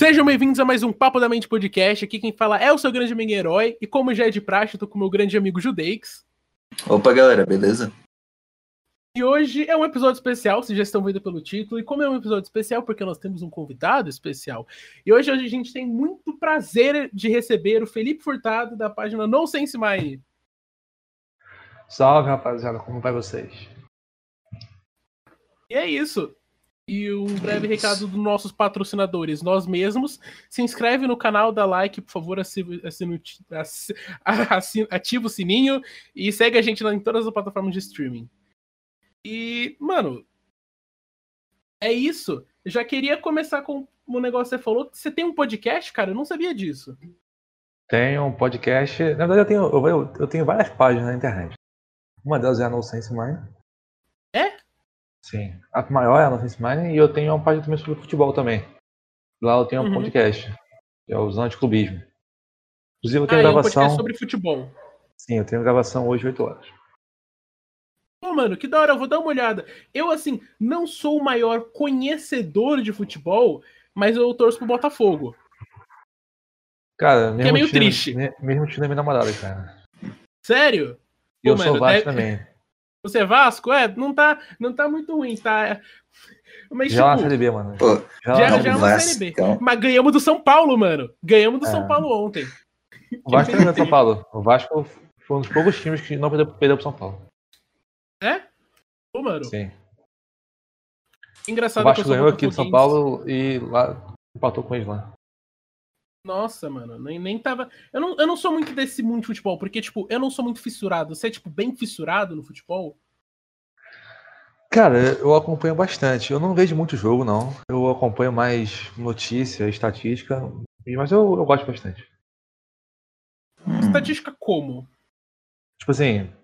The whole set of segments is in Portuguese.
Sejam bem-vindos a mais um Papo da Mente Podcast. Aqui quem fala é o seu grande amigo herói. E como já é de praxe, eu tô com o meu grande amigo Judeix. Opa, galera, beleza? E hoje é um episódio especial, vocês já estão vendo pelo título. E como é um episódio especial, porque nós temos um convidado especial. E hoje a gente tem muito prazer de receber o Felipe Furtado, da página Nonsense Mine. Salve, rapaziada, como vai vocês? E é isso. E um breve recado dos nossos patrocinadores, nós mesmos. Se inscreve no canal, dá like, por favor, ativa o sininho e segue a gente em todas as plataformas de streaming. E, mano, é isso. Eu já queria começar com um negócio que você falou. Você tem um podcast, cara? Eu não sabia disso. Tenho um podcast. Na verdade, eu tenho várias páginas na internet. Uma delas é a Nonsense Mine. É? Sim. A maior é a Nonsense Mine e eu tenho uma página também sobre futebol também. Lá eu tenho um podcast, que é o Anticlubismo. Inclusive eu tenho gravação. É um podcast sobre futebol. Sim, eu tenho gravação hoje, 8 horas. Pô, mano, que da hora, eu vou dar uma olhada. Eu, assim, não sou o maior conhecedor de futebol, mas eu torço pro Botafogo. Cara, mesmo que é meio time, triste. Mesmo time da minha namorada, cara. Sério? E eu sou Vasco também. Você é Vasco? É, não tá muito ruim, tá? Mas, já tipo, na Série B, mano. Pô, já é uma Série B. Então... Mas ganhamos do São Paulo, mano. Ganhamos do São Paulo ontem. O Vasco também é do São Paulo. O Vasco foi um dos poucos times que não perdeu pro São Paulo. É? Pô, mano. Sim. Engraçado o Vasco que eu ganhou aqui do São Paulo e lá empatou com eles lá. Nossa, mano, nem tava... Eu não sou muito desse mundo de futebol, porque, tipo, eu não sou muito fissurado. Você é, tipo, bem fissurado no futebol? Cara, eu acompanho bastante. Eu não vejo muito jogo, não. Eu acompanho mais notícia, estatística, mas eu gosto bastante. Estatística como? Tipo assim,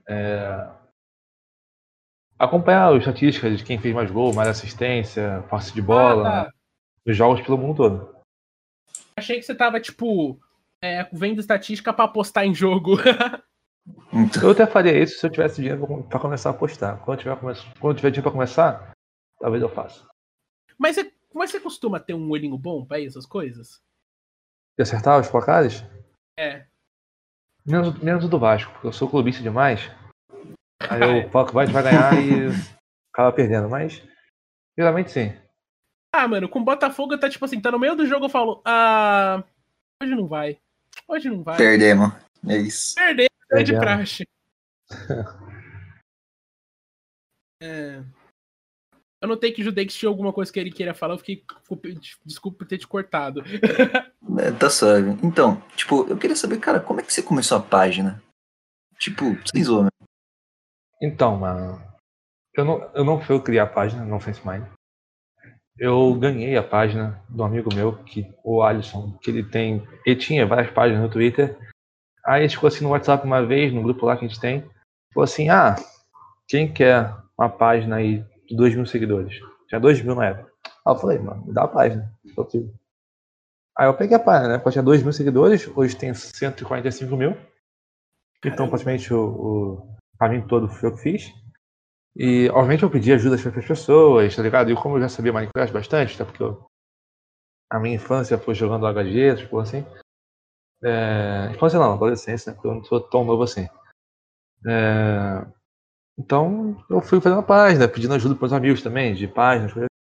acompanhar as estatísticas de quem fez mais gol, mais assistência, passe de bola, os jogos pelo mundo todo. Achei que você tava, tipo, vendo estatística pra apostar em jogo. Eu até faria isso se eu tivesse dinheiro pra começar a apostar. Quando eu tiver dinheiro pra começar, talvez eu faça. Mas você costuma ter um olhinho bom pra essas coisas? E acertar os placares? É. Menos o do Vasco, porque eu sou clubista demais. Aí eu falo que vai ganhar e acaba perdendo, mas geralmente sim. Mano, com o Botafogo tá tipo assim, tá no meio do jogo, eu falo, hoje não vai. Hoje não vai. Perdemos. É isso. Perdemos, é de praxe. Eu notei que o Judeix tinha alguma coisa que ele queria falar, eu fiquei. Desculpa por ter te cortado. Tá suave. Então, tipo, eu queria saber, cara, como é que você começou a página? Tipo, sem zoa, né? Então, mano, eu não fui eu criar a página, não Sense Mine. Eu ganhei a página do amigo meu, o Alisson, que ele tinha várias páginas no Twitter. Aí ele ficou assim no WhatsApp uma vez, no grupo lá que a gente tem, falou assim, quem quer uma página aí de 2.000 seguidores? Tinha 2.000 na época. Aí eu falei, mano, me dá a página. Aí eu peguei a página, né? Porque tinha 2.000 seguidores, hoje tem 145 mil. Então, praticamente, o caminho todo foi eu que fiz. E, obviamente, eu pedi ajuda para as pessoas, tá ligado? E como eu já sabia Minecraft bastante, até porque a minha infância foi jogando HG, tipo assim. Infância não, adolescência, né? Porque eu não sou tão novo assim. Então, eu fui fazendo a página, pedindo ajuda para os amigos também, de páginas.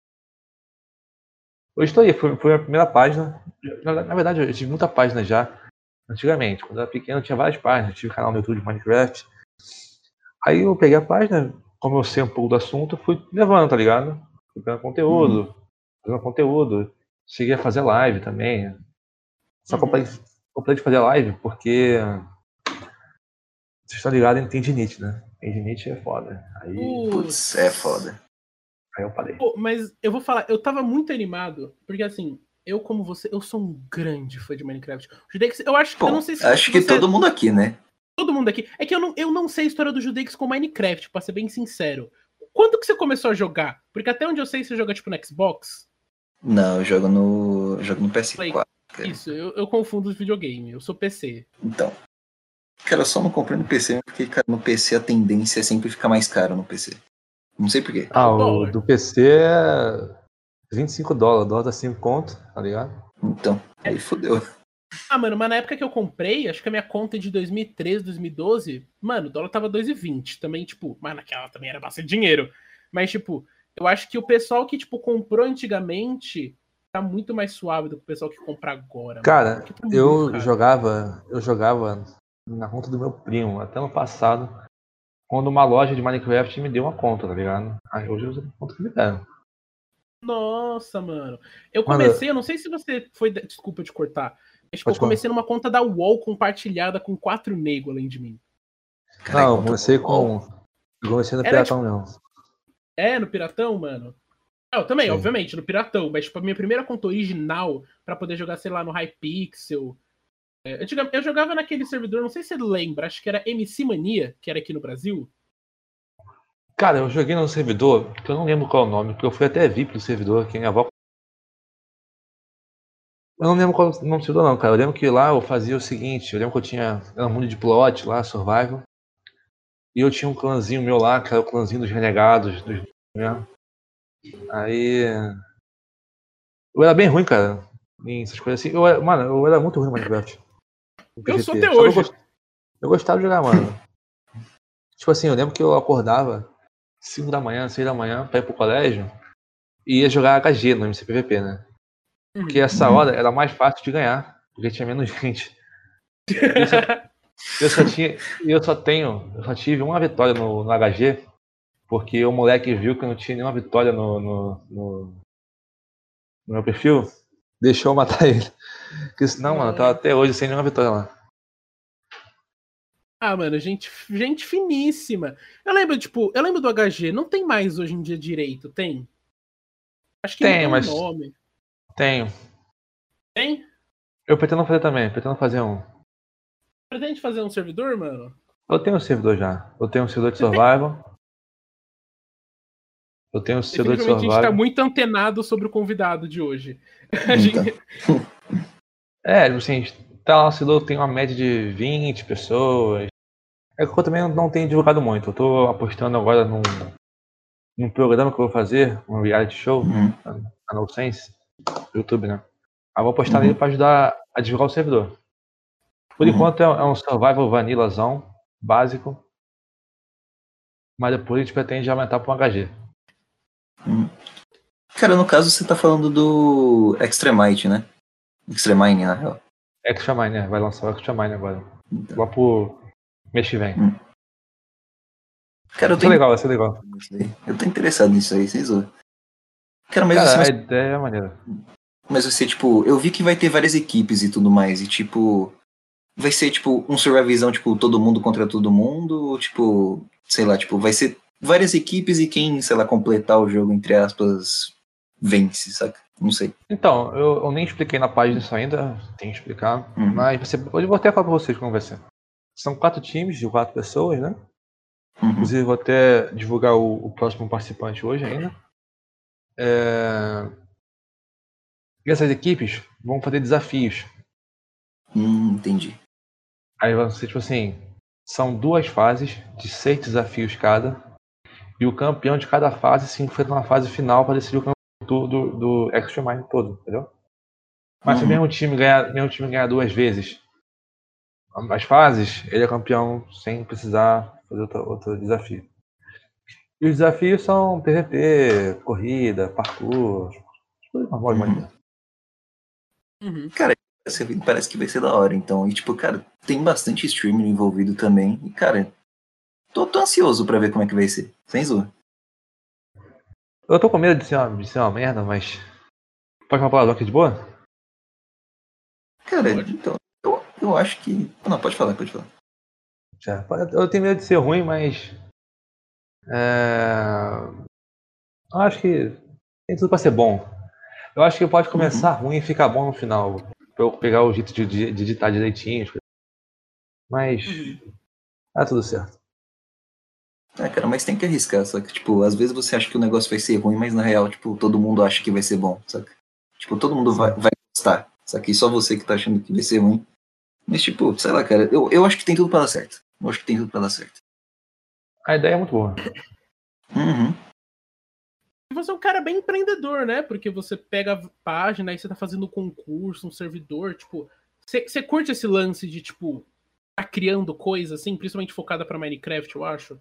Hoje estou aí, foi a primeira página. Na verdade, eu tive muita página já, antigamente. Quando eu era pequeno, eu tinha várias páginas. Tive canal no YouTube de Minecraft. Aí eu peguei a página, como eu sei um pouco do assunto, fui levando, tá ligado? Fui pegando conteúdo, fazendo conteúdo. Cheguei a fazer live também. Só comprei de fazer live porque vocês estão ligados em tendinite, né? Tendinite é foda. Aí, putz, é foda. Aí eu parei. Pô, mas eu vou falar, eu tava muito animado, porque assim, eu como você, eu sou um grande fã de Minecraft. Eu acho que, eu não sei se acho que todo mundo aqui, né? Todo mundo aqui. É que eu não sei a história do Judeix com Minecraft, pra ser bem sincero. Quando que você começou a jogar? Porque até onde eu sei, você joga tipo no Xbox? Não, eu jogo no PS4. Cara. Isso, eu confundo os videogames, eu sou PC. Então, cara, eu só não comprei no PC porque, cara, no PC a tendência é sempre ficar mais caro no PC. Não sei porquê. O do PC é $25, o dólar tá 5 conto, tá ligado? Então, aí fodeu. Ah, mano, mas na época que eu comprei, acho que a minha conta é de 2013, 2012, mano, o dólar tava 2,20. Também, tipo, mas naquela também era bastante dinheiro. Mas, tipo, eu acho que o pessoal que, tipo, comprou antigamente tá muito mais suave do que o pessoal que compra agora, mano. Cara, Porque tá muito eu caro. jogava na conta do meu primo, até no passado, quando uma loja de Minecraft me deu uma conta, tá ligado? Aí hoje eu uso a conta que me deram. Nossa, mano. Eu Mano, comecei, eu não sei se você foi. Desculpa te cortar. Mas, tipo, eu pode falar. comecei numa conta da UOL compartilhada com 4 negros além de mim. Caralho, Não, conta eu comecei no Era, Piratão tipo, mesmo. no Piratão, mano. Eu também, Sim. obviamente, no Piratão, mas tipo, a minha primeira conta original pra poder jogar, sei lá, no Hypixel. Eu jogava naquele servidor, não sei se você lembra, acho que era MC Mania, que era aqui no Brasil. Cara, eu joguei no servidor, que eu não lembro qual é o nome, porque eu fui até VIP do servidor, que minha avó. Eu não lembro qual é o nome do servidor não, cara. Eu lembro que lá eu fazia o seguinte, eu lembro que eu tinha. Era um mundo de plot lá, survival. E eu tinha um clãzinho meu lá, que era o clãzinho dos renegados, né? Aí. Eu era bem ruim, cara. Em essas coisas assim. Mano, eu era muito ruim no Minecraft. No Eu sou PVP. até Só que hoje. eu gostava de jogar, mano. Tipo assim, eu lembro que eu acordava 5 da manhã, 6 da manhã, pra ir pro colégio e ia jogar HG no MCPVP, né? Porque Uhum. essa hora era mais fácil de ganhar, porque tinha menos gente. E eu só tive uma vitória no HG, porque o moleque viu que eu não tinha nenhuma vitória no meu perfil, deixou eu matar ele. Porque senão, mano, eu tava Nossa. até hoje sem nenhuma vitória lá. Ah, mano, gente finíssima. Eu lembro do HG, não tem mais hoje em dia direito, tem? Acho que Tenho, mudou o mas nome. tenho. Tem? Eu pretendo fazer também, pretendo fazer um. Pretende fazer um servidor, mano? Eu tenho um servidor já. Eu tenho um servidor de Você tem? survival. Eu tenho um servidor de Definitivamente a gente tá survival. muito antenado sobre o convidado de hoje. A Então, gente- É, tipo assim, tá lá no servidor, tem uma média de 20 pessoas. É que eu também não tenho divulgado muito. Eu tô apostando agora num programa que eu vou fazer, um reality show, uhum, a NoSense, no YouTube, né? Aí eu vou postar nele uhum, pra ajudar a divulgar o servidor. Por uhum. enquanto é um survival vanillazão, básico, mas depois a gente pretende aumentar pra um HG. Cara, no caso você tá falando do Extremite, né? Extremine, na real. Extra Mine, né? Vai lançar o Extra Mine agora. Então, Lá pro mês que vem. hum. Cara, Vai ser legal, vai ser legal. eu tô interessado nisso aí, sem zoa. Cara, Cara, a ideia é maneira. mas você, tipo, eu vi que vai ter várias equipes e tudo mais, e tipo, vai ser tipo um survivalzão, tipo, todo mundo contra todo mundo, ou tipo, sei lá, tipo, vai ser várias equipes e quem, sei lá, completar o jogo, entre aspas, vence, saca? Não sei. Então, eu nem expliquei na página isso ainda, tem que explicar. Uhum, Mas eu vou até falar pra vocês como vai ser. São 4 times de 4 pessoas, né? uhum, Inclusive, vou até divulgar o próximo participante hoje ainda. E essas equipes vão fazer desafios. entendi. Aí vai ser tipo assim: são 2 fases de 6 desafios cada. E o campeão de cada fase se enfrenta na fase final para decidir o campeão do Extra Mine todo, entendeu? Mas se o Uhum, mesmo time ganhar 2 vezes as fases, ele é campeão sem precisar fazer outro desafio. E os desafios são PVP, corrida, parkour, coisas normais de uhum. Minecraft. Uhum. Cara, parece que vai ser da hora, então. E tipo, cara, tem bastante streamer envolvido também. E, cara, tô ansioso pra ver como é que vai ser. Sem zoa. Eu tô com medo de ser uma merda, mas. Pode falar palavrão aqui de boa? Cara, Pode. então, eu acho que. Não, pode falar, pode falar. Já. Eu tenho medo de ser ruim, mas. Eu acho que tem tudo pra ser bom. Eu acho que pode Uhum. começar ruim e ficar bom no final. Pra eu pegar o jeito de editar direitinho. Mas. Uhum. Tá tudo certo. Ah, cara, mas tem que arriscar, saca? Tipo, às vezes você acha que o negócio vai ser ruim, mas na real, tipo, todo mundo acha que vai ser bom, saca? Tipo, todo mundo vai, Sim. vai gostar, saca? E só você que tá achando que vai ser ruim. Mas, tipo, sei lá, cara, eu acho que tem tudo pra dar certo. Eu acho que tem tudo pra dar certo. A ideia é muito boa. Uhum. E você é um cara bem empreendedor, né? Porque você pega a página e você tá fazendo concurso, um servidor, tipo... Você curte esse lance de, tipo, tá criando coisa, assim, principalmente focada pra Minecraft, eu acho?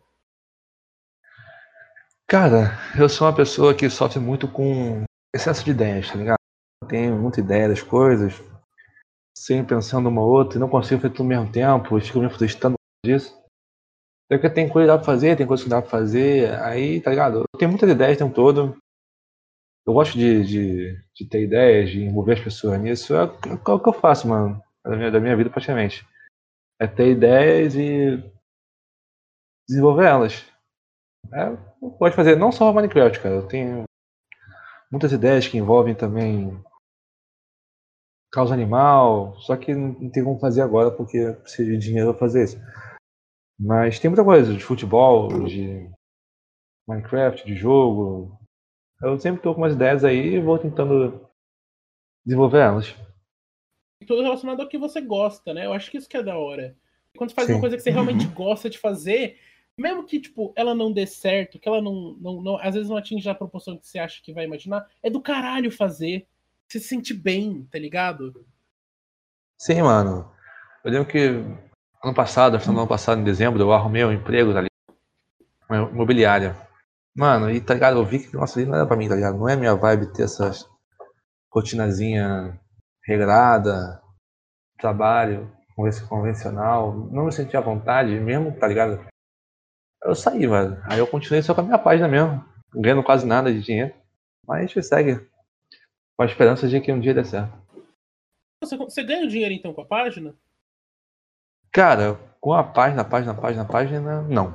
Cara, eu sou uma pessoa que sofre muito com excesso de ideias, tá ligado? Eu tenho muita ideia das coisas, sempre pensando uma ou outra, e não consigo fazer tudo ao mesmo tempo, eu fico me frustrando disso. Porque tem coisa que dá pra fazer, tem coisa que dá pra fazer, aí, tá ligado? Eu tenho muitas ideias o tempo todo, eu gosto de ter ideias, de envolver as pessoas nisso, é o que eu faço, mano, da minha vida praticamente. É ter ideias e desenvolver elas. Pode fazer não só Minecraft, cara, eu tenho muitas ideias que envolvem também causa animal, só que não tem como fazer agora porque precisa de dinheiro pra fazer isso. Mas tem muita coisa, de futebol, de Minecraft, de jogo. Eu sempre tô com umas ideias aí e vou tentando desenvolver elas. E tudo relacionado ao que você gosta, né? Eu acho que isso que é da hora. Quando você faz uma Sim. coisa que você realmente gosta de fazer, mesmo que, tipo, ela não dê certo, que ela às vezes não atinja a proporção que você acha que vai imaginar, é do caralho fazer. Você se sente bem, tá ligado? Sim, mano. Eu lembro que ano passado, final do ano passado, em dezembro, eu arrumei um emprego ali, uma imobiliária. Mano, e tá ligado? Eu vi que, nossa, ali não era pra mim, tá ligado? Não é minha vibe ter essas rotinazinha regrada, trabalho convencional. Não me sentia à vontade mesmo, tá ligado? Eu saí, mano. Aí eu continuei só com a minha página mesmo, ganhando quase nada de dinheiro. Mas a gente segue com a esperança de que um dia dê certo. Você ganha dinheiro então com a página? Cara, com a página, não.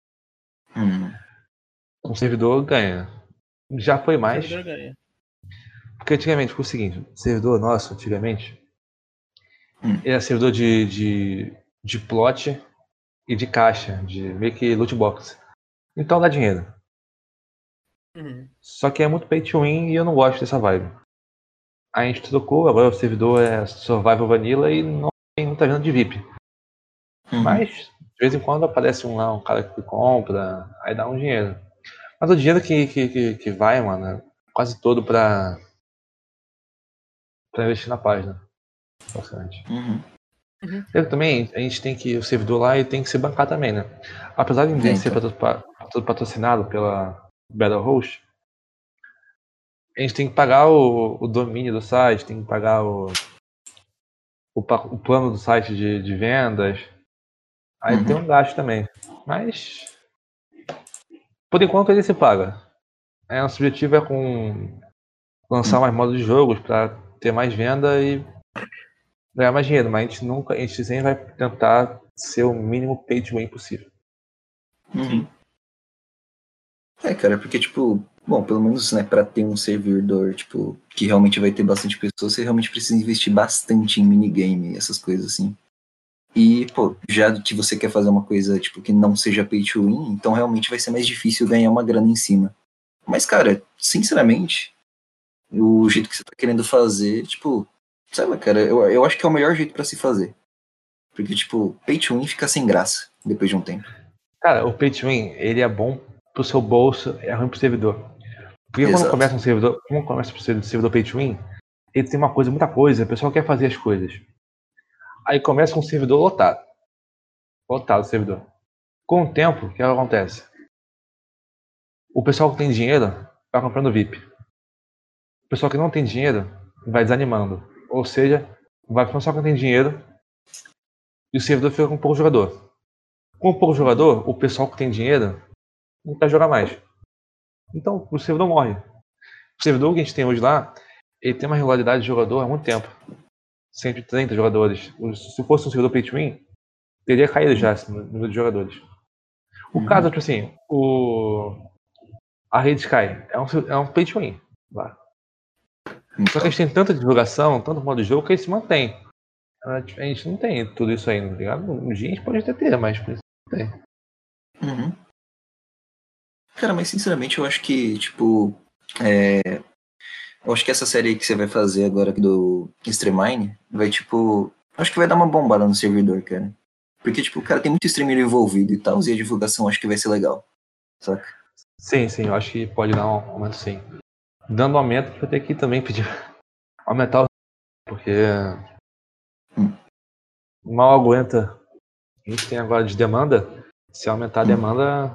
Um servidor ganha. Já foi O mais. servidor ganha. Porque antigamente foi o seguinte, o servidor nosso, antigamente, era servidor de plot e de caixa, de meio que loot box. Então dá dinheiro. Uhum. Só que é muito pay to win e eu não gosto dessa vibe. A gente trocou, agora o servidor é Survival Vanilla e não tem muita venda de VIP. Mas, de vez em quando aparece um cara que compra, aí dá um dinheiro. Mas o dinheiro que vai, mano, é quase todo pra investir na página. Bastante. Eu também, a gente tem que, o servidor lá ele tem que se bancar também, né? Apesar de ele ser todo patrocinado pela Battle.host, a gente tem que pagar o domínio do site, tem que pagar o plano do site de vendas. Aí tem um gasto também. Mas, por enquanto ele se paga. Nosso objetivo é lançar mais modos de jogos para ter mais venda e ganhar mais dinheiro, mas a gente sempre vai tentar ser o mínimo pay to win possível. Cara, porque, tipo, bom, pelo menos, né, pra ter um servidor, tipo, que realmente vai ter bastante pessoas, você realmente precisa investir bastante em minigame, essas coisas assim. E, pô, já que você quer fazer uma coisa, tipo, que não seja pay to win, então realmente vai ser mais difícil ganhar uma grana em cima. Mas, cara, sinceramente, o jeito que você tá querendo fazer, tipo, sei lá, cara, eu acho que é o melhor jeito pra se fazer. Porque, tipo, pay to win fica sem graça depois de um tempo. Cara, o pay to win, ele é bom pro seu bolso, é ruim pro servidor. Porque quando começa um servidor pay to win, ele tem muita coisa, o pessoal quer fazer as coisas. Aí começa com um servidor lotado. Lotado o servidor. Com o tempo, o que acontece? O pessoal que tem dinheiro vai comprando VIP. O pessoal que não tem dinheiro vai desanimando. Ou seja, vai ficando só quem tem dinheiro e o servidor fica com pouco jogador. Com pouco jogador, o pessoal que tem dinheiro não quer jogar mais. Então o servidor morre. O servidor que a gente tem hoje lá, ele tem uma regularidade de jogador há muito tempo. 130 jogadores. Se fosse um servidor pay to win, teria caído já esse número de jogadores. O caso, tipo assim, a Rede Sky é um pay to win. Lá. Só que a gente tem tanta divulgação, tanto modo de jogo que ele se mantém. A gente não tem tudo isso ainda, tá ligado? Um dia a gente pode até ter, mas por isso não tem. Cara, mas sinceramente eu acho que, tipo, eu acho que essa série que você vai fazer agora do Extremine vai, tipo, acho que vai dar uma bombada no servidor, cara. Porque, tipo, cara, tem muito streamer envolvido e tal, e a divulgação acho que vai ser legal, saca? Sim, eu acho que pode dar um aumento sim. Dando aumento, a gente vai ter que também pedir aumentar o porque mal aguenta. A gente tem agora de demanda. Se aumentar a demanda,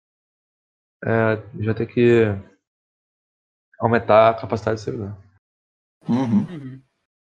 já tem que aumentar a capacidade de servidor. Uhum.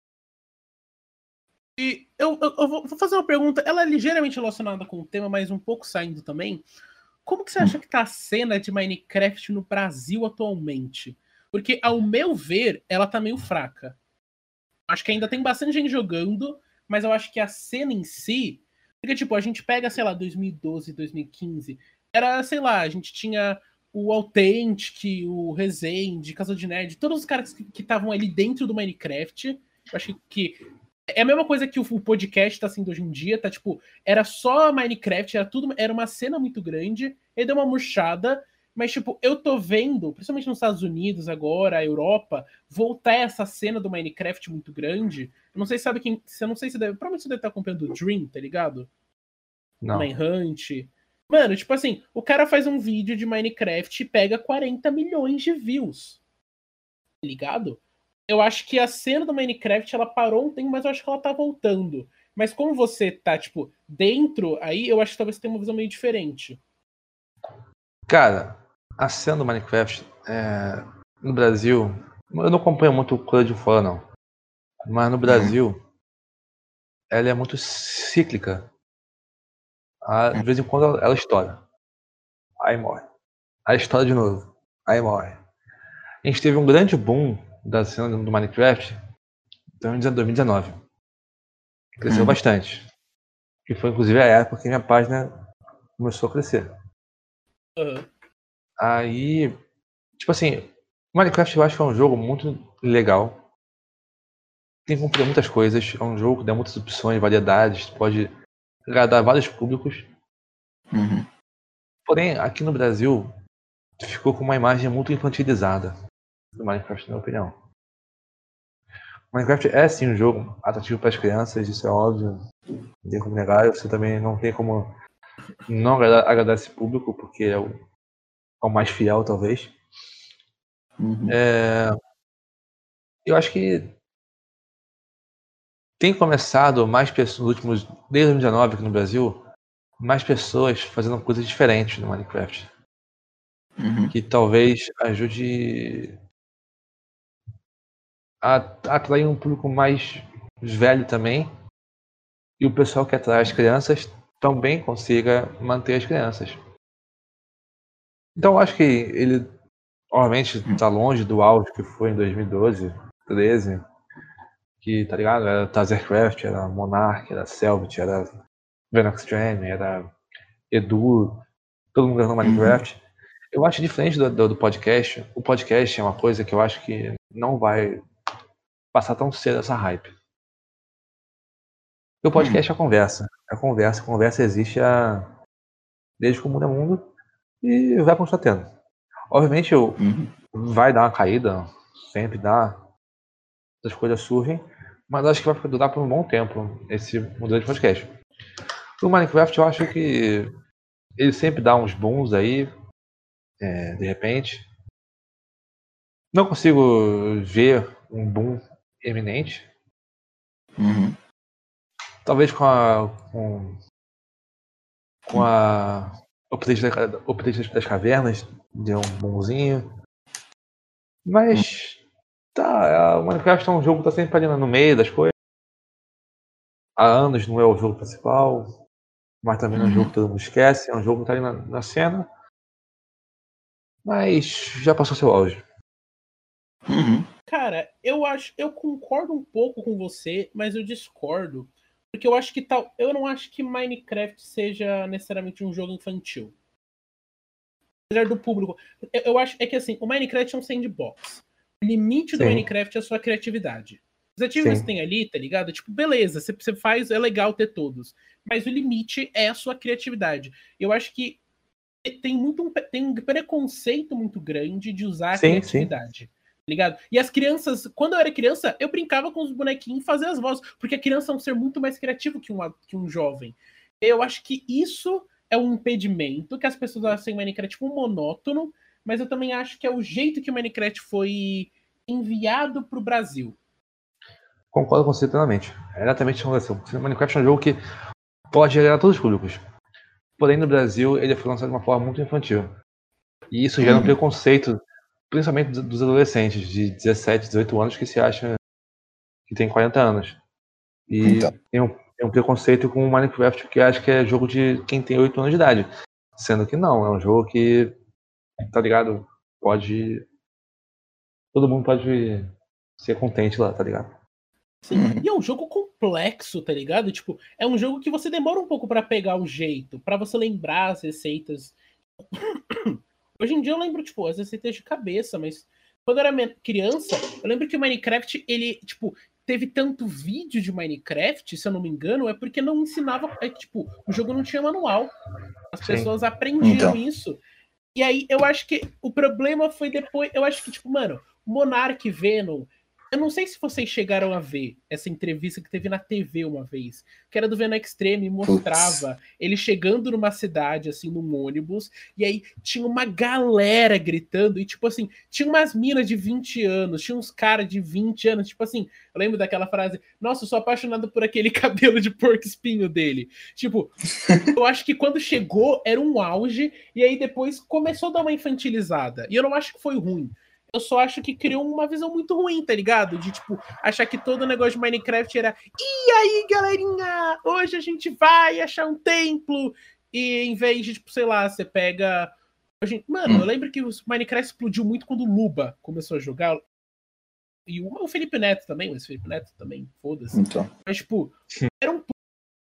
E eu vou fazer uma pergunta, ela é ligeiramente relacionada com o tema, mas um pouco saindo também. Como que você acha que tá a cena de Minecraft no Brasil atualmente? Porque, ao meu ver, ela tá meio fraca. Acho que ainda tem bastante gente jogando, mas eu acho que a cena em si... Porque, tipo, a gente pega, sei lá, 2012, 2015, era, sei lá, a gente tinha o Authentic, o Rezende, Casa de Nerd, todos os caras que estavam ali dentro do Minecraft. Eu acho que é a mesma coisa que o podcast tá sendo hoje em dia, tá tipo, era só Minecraft, era uma cena muito grande, ele deu uma murchada, mas tipo, eu tô vendo, principalmente nos Estados Unidos agora, a Europa, voltar essa cena do Minecraft muito grande. Eu não sei se sabe quem, eu não sei se deve, provavelmente você deve estar acompanhando o Dream, tá ligado? Não. Manhunt. Mano, tipo assim, o cara faz um vídeo de Minecraft e pega 40 milhões de views. Tá ligado? Eu acho que a cena do Minecraft ela parou um tempo, mas eu acho que ela tá voltando. Mas como você tá, tipo, dentro, aí eu acho que talvez você tenha uma visão meio diferente. Cara, a cena do Minecraft no Brasil, eu não acompanho muito coisa de fora não, mas no Brasil ela é muito cíclica. De vez em quando ela estoura, aí morre, aí estoura de novo, aí morre. A gente teve um grande boom da cena do Minecraft em 2019, cresceu bastante, que foi inclusive a época que minha página começou a crescer. Aí, tipo assim, Minecraft eu acho que é um jogo muito legal. Tem como fazer muitas coisas. É um jogo que dá muitas opções, variedades, pode agradar vários públicos. Porém, aqui no Brasil, ficou com uma imagem muito infantilizada do Minecraft, na minha opinião. Minecraft é sim um jogo atrativo para as crianças, isso é óbvio. Não tem como negar. Você também não tem como não agradar esse público, porque é o mais fiel, talvez. Eu acho que tem começado mais pessoas, nos últimos, desde 2019 aqui no Brasil, mais pessoas fazendo coisas diferentes no Minecraft. Que talvez ajude a atrair um público mais velho também. E o pessoal que atrai as crianças também consiga manter as crianças. Então eu acho que ele, obviamente, está longe do auge que foi em 2012, 13, que, tá ligado? Era Tazercraft, era Monarch, era Selvit, era Venoxtreme, era Edu, todo mundo gravando Minecraft. Eu acho diferente do podcast. O podcast é uma coisa que eu acho que não vai passar tão cedo essa hype. Porque o podcast é a conversa. A conversa existe desde que o mundo é mundo e vai continuar tendo. Obviamente vai dar uma caída, sempre dá, as coisas surgem, mas acho que vai durar por um bom tempo esse modelo de podcast. O Minecraft eu acho que ele sempre dá uns booms aí, de repente. Não consigo ver um boom eminente. Talvez com a update das cavernas deu um bonzinho. Mas tá, o Minecraft é um jogo que tá sempre ali no meio das coisas. Há anos não é o jogo principal, mas também não é um jogo que todo mundo esquece, é um jogo que tá ali na cena. Mas já passou seu auge. Cara, eu concordo um pouco com você, mas eu discordo. Porque eu acho que eu não acho que Minecraft seja necessariamente um jogo infantil. Apesar do público. Eu acho que assim, o Minecraft é um sandbox. O limite do Minecraft é a sua criatividade. Os ativos que você tem ali, tá ligado? Tipo, beleza, você faz, é legal ter todos. Mas o limite é a sua criatividade. Eu acho que tem um preconceito muito grande de usar a criatividade. Ligado? E as crianças, quando eu era criança, eu brincava com os bonequinhos e fazia as vozes, porque a criança é um ser muito mais criativo que um jovem. Eu acho que isso é um impedimento que as pessoas acham Minecraft tipo monótono, mas eu também acho que é o jeito que o Minecraft foi enviado pro Brasil. Concordo com você plenamente. É exatamente isso. O Minecraft é um jogo que pode agradar a todos os públicos. Porém, no Brasil, ele foi lançado de uma forma muito infantil. E isso gera um preconceito, principalmente dos adolescentes de 17, 18 anos que se acham que tem 40 anos. E tem um preconceito com o Minecraft que acha que é jogo de quem tem 8 anos de idade. Sendo que não, é um jogo que, tá ligado? Todo mundo pode ser contente lá, tá ligado? Sim, e é um jogo complexo, tá ligado? Tipo, é um jogo que você demora um pouco pra pegar o jeito, pra você lembrar as receitas. Hoje em dia eu lembro, tipo, as receitas de cabeça, mas quando eu era criança, eu lembro que o Minecraft, ele, tipo, teve tanto vídeo de Minecraft, se eu não me engano, é porque não ensinava, tipo, o jogo não tinha manual. As pessoas aprendiam isso. E aí, eu acho que o problema foi depois, eu acho que, tipo, mano, Monark Venom, eu não sei se vocês chegaram a ver essa entrevista que teve na TV uma vez, que era do Venom Extreme, e mostrava ele chegando numa cidade, assim, num ônibus, e aí tinha uma galera gritando, e tipo assim, tinha umas minas de 20 anos, tinha uns caras de 20 anos, tipo assim, eu lembro daquela frase, nossa, eu sou apaixonado por aquele cabelo de porco espinho dele. Tipo, eu acho que quando chegou era um auge, e aí depois começou a dar uma infantilizada, e eu não acho que foi ruim. Eu só acho que criou uma visão muito ruim, tá ligado? De, tipo, achar que todo o negócio de Minecraft era e aí, galerinha, hoje a gente vai achar um templo. E em vez de, tipo, sei lá, você pega... Mano, eu lembro que o Minecraft explodiu muito quando o Luba começou a jogar. E o Felipe Neto também, mas o Felipe Neto também, foda-se. Então. Mas, tipo, era um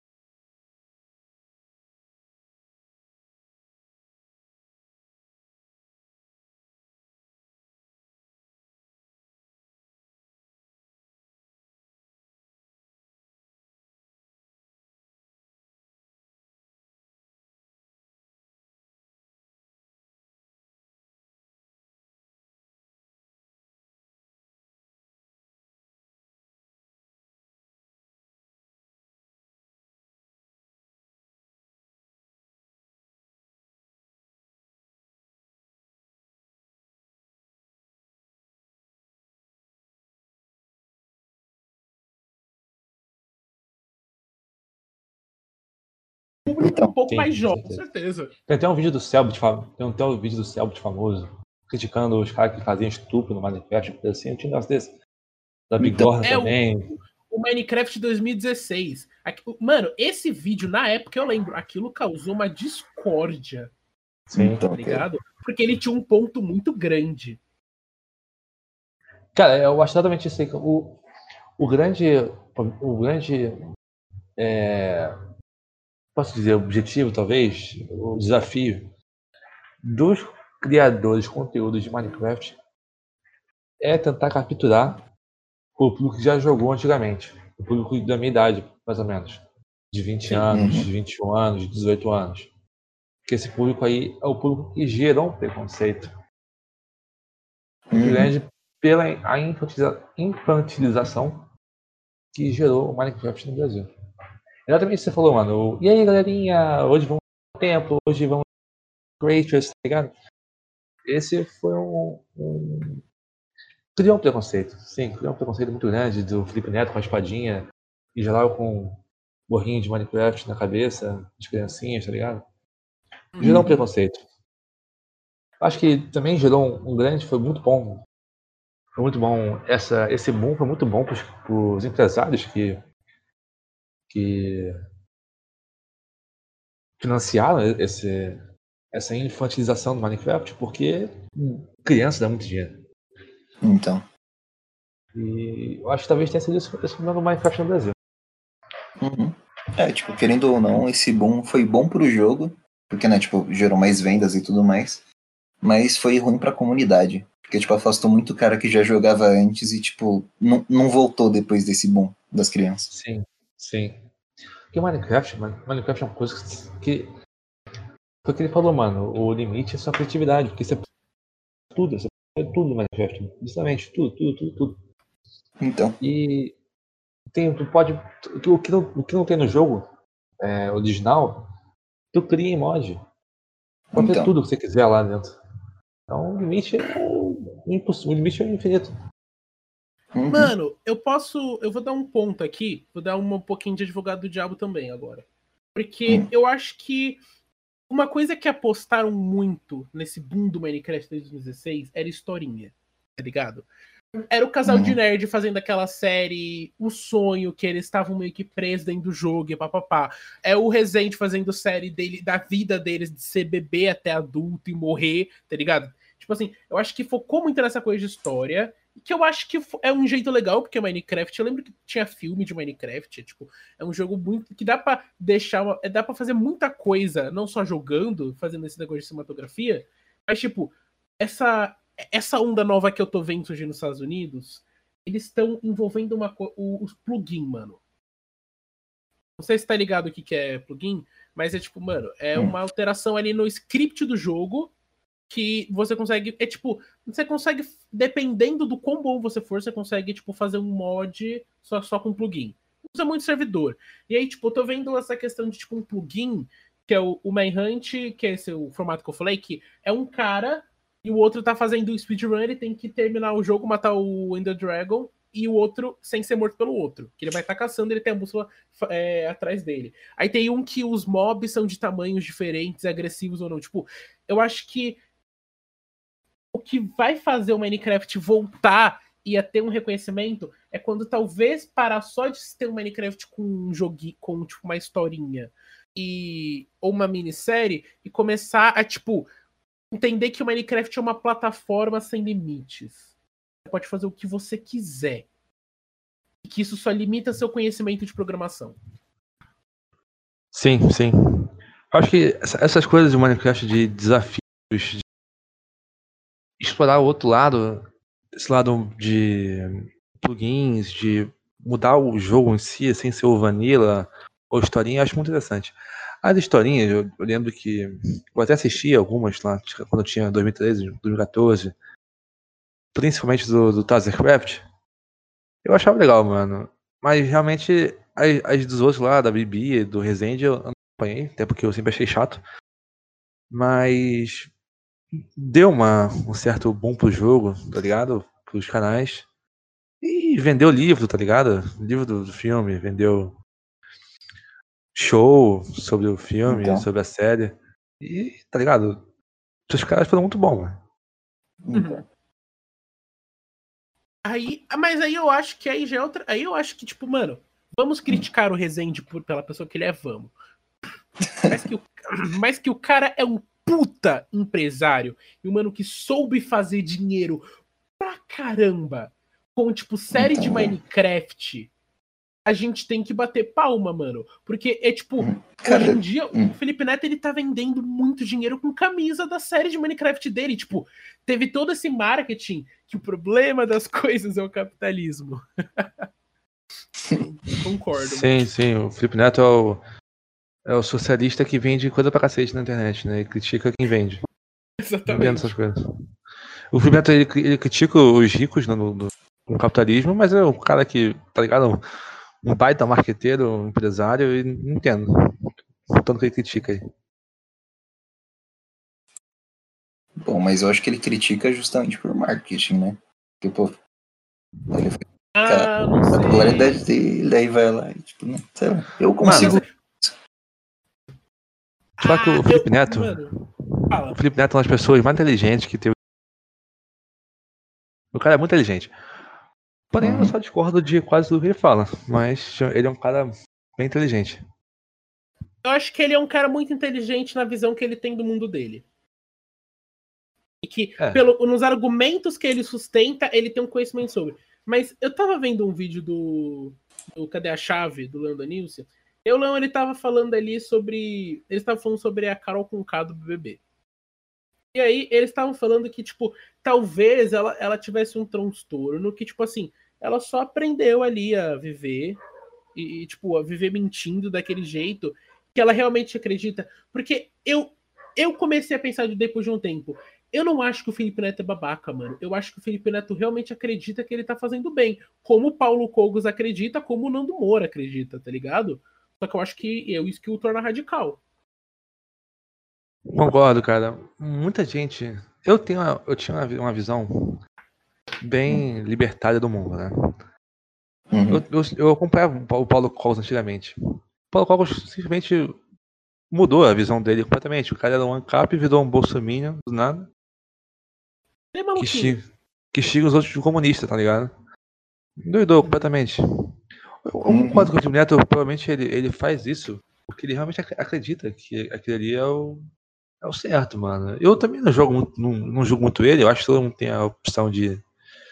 público um pouco mais jovem, com certeza. Tem até um vídeo do Selbit famoso, criticando os caras que faziam estupro no Minecraft, assim, eu tinha um negócio desse. Da Bigorna também. O Minecraft 2016. Mano, esse vídeo, na época, eu lembro, aquilo causou uma discórdia. Sim. Tá ligado? Porque ele tinha um ponto muito grande. Cara, eu acho exatamente isso aí. O grande posso dizer, objetivo, talvez, o desafio dos criadores de conteúdo de Minecraft é tentar capturar o público que já jogou antigamente. O público da minha idade, mais ou menos. De 20 anos, de 21 anos, de 18 anos. Porque esse público aí é o público que gerou um preconceito muito grande pela a infantilização que gerou o Minecraft no Brasil. Exatamente isso que você falou, mano. E aí, galerinha, hoje vamos ao templo, hoje vamos creators, tá ligado? Esse foi criou um preconceito. Sim, criou um preconceito muito grande do Felipe Neto com a espadinha e geral com gorrinho de Minecraft na cabeça, de criancinhas, tá ligado? Gerou um preconceito. Acho que também gerou um grande, foi muito bom. Foi muito bom. Esse boom foi muito bom pros empresários que financiaram essa infantilização do Minecraft, porque criança dá muito dinheiro. Então. E eu acho que talvez tenha sido esse problema do Minecraft no Brasil. Tipo, querendo ou não, esse boom foi bom pro jogo, porque, né, tipo, gerou mais vendas e tudo mais, mas foi ruim pra comunidade, porque, tipo, afastou muito cara que já jogava antes e, tipo, não voltou depois desse boom das crianças. Sim, sim. Porque Minecraft é uma coisa que foi o que ele falou, mano, o limite é sua criatividade, porque você pode tudo no Minecraft, justamente, tudo. Então. E tu pode, o que não tem no jogo original, tu cria em mod. Pode ter tudo que você quiser lá dentro. Então o limite é impossível, o limite é infinito. Mano, eu vou dar um ponto aqui, vou dar um pouquinho de advogado do diabo também agora. Porque eu acho que uma coisa que apostaram muito nesse boom do Minecraft desde 2016 era historinha, tá ligado? Era o casal de nerd fazendo aquela série O Sonho, que eles estavam meio que presos dentro do jogo e papapá. É o Rezende fazendo série dele, da vida deles, de ser bebê até adulto e morrer, tá ligado? Tipo assim, eu acho que focou muito nessa coisa de história, que eu acho que é um jeito legal, porque Minecraft, eu lembro que tinha filme de Minecraft, tipo, é um jogo muito que dá pra deixar, dá pra fazer muita coisa, não só jogando, fazendo esse negócio de cinematografia, mas tipo, essa onda nova que eu tô vendo surgir nos Estados Unidos, eles estão envolvendo os plugin, mano. Não sei se tá ligado o que é plugin, mas é tipo, mano, é uma alteração ali no script do jogo que você consegue, é tipo, você consegue, dependendo do quão bom você for, você consegue, tipo, fazer um mod só com plugin. Usa muito servidor. E aí, tipo, eu tô vendo essa questão de, tipo, um plugin, que é o Manhunt, que é esse o formato que eu falei, que é um cara e o outro tá fazendo o speedrun, ele tem que terminar o jogo, matar o Ender Dragon, e o outro sem ser morto pelo outro. Que ele vai estar caçando, ele tem a bússola atrás dele. Aí tem um que os mobs são de tamanhos diferentes, agressivos ou não. Tipo, eu acho que o que vai fazer o Minecraft voltar e a ter um reconhecimento é quando talvez parar só de ter um Minecraft com um joguinho, com tipo uma historinha ou uma minissérie e começar a tipo entender que o Minecraft é uma plataforma sem limites. Você pode fazer o que você quiser. E que isso só limita seu conhecimento de programação. Sim, sim. Eu acho que essas coisas de Minecraft, de desafios, de explorar o outro lado, esse lado de plugins, de mudar o jogo em si, sem ser o vanilla ou historinha, eu acho muito interessante. As historinhas, eu lembro que eu até assisti algumas lá, quando eu tinha 2013, 2014, principalmente do Tazercraft. Eu achava legal, mano. Mas realmente, as dos outros lá, da Bibi, do Resende, eu não acompanhei, até porque eu sempre achei chato. Mas deu um certo boom pro jogo, tá ligado? Pros canais. E vendeu livro, tá ligado? Livro do filme, vendeu show sobre o filme, Então. sobre a série. E, tá ligado? Os caras foram muito bons, mano. Então. Mas aí eu acho que aí já é outra. Aí eu acho que, tipo, mano, vamos criticar o Rezende pela pessoa que ele é, vamos. Mas que o cara é um puta empresário e um mano que soube fazer dinheiro pra caramba com, tipo, série de Minecraft, a gente tem que bater palma, mano. Porque é tipo, Cara, hoje em dia, o Felipe Neto, ele tá vendendo muito dinheiro com camisa da série de Minecraft dele. Tipo, teve todo esse marketing que o problema das coisas é o capitalismo. Concordo. Sim, sim. O Felipe Neto é o socialista que vende coisa pra cacete na internet, né? Ele critica quem vende. Exatamente. Vendo essas coisas. O Felipe Neto, ele critica os ricos no capitalismo, mas é um cara que, tá ligado? Um baita marqueteiro, um empresário, e não entendo. Tanto que ele critica aí. Bom, mas eu acho que ele critica justamente por marketing, né? Porque, pô, ele foi não a sei. popularidade dele, daí vai lá e, tipo, não, sei lá. Eu consigo. Mano, só que o Felipe Neto. Fala. O Felipe Neto é uma das pessoas mais inteligentes que teve. O cara é muito inteligente. Porém, eu só discordo de quase tudo que ele fala. Mas ele é um cara bem inteligente. Eu acho que ele é um cara muito inteligente na visão que ele tem do mundo dele. E que, nos argumentos que ele sustenta, ele tem um conhecimento sobre. Mas eu tava vendo um vídeo do Cadê a Chave, do Leandro Nilce. E o Leão, ele tava falando ali sobre... Eles estavam falando sobre a Carol Conká do BBB. E aí, eles estavam falando que, tipo, talvez ela tivesse um transtorno que, tipo assim, ela só aprendeu ali a viver e tipo, a viver mentindo daquele jeito que ela realmente acredita. Porque eu comecei a pensar depois de um tempo. Eu não acho que o Felipe Neto é babaca, mano. Eu acho que o Felipe Neto realmente acredita que ele tá fazendo bem. Como o Paulo Cogos acredita, como o Nando Moura acredita, tá ligado? Só que eu acho que isso que o torna radical. Concordo, cara. Muita gente eu tinha uma visão bem libertária do mundo, né? Eu acompanhava o Paulo Cogos antigamente. O Paulo Cogos simplesmente mudou a visão dele completamente. O cara era um ANCAP e virou um bolsominion do nada. É maluquinho. Que xinga os outros de comunista, tá ligado? Doidou completamente. Eu concordo com o Felipe Neto, provavelmente ele faz isso porque ele realmente acredita que aquilo ali é o certo, mano. Eu também não julgo muito ele, eu acho que todo mundo tem a opção de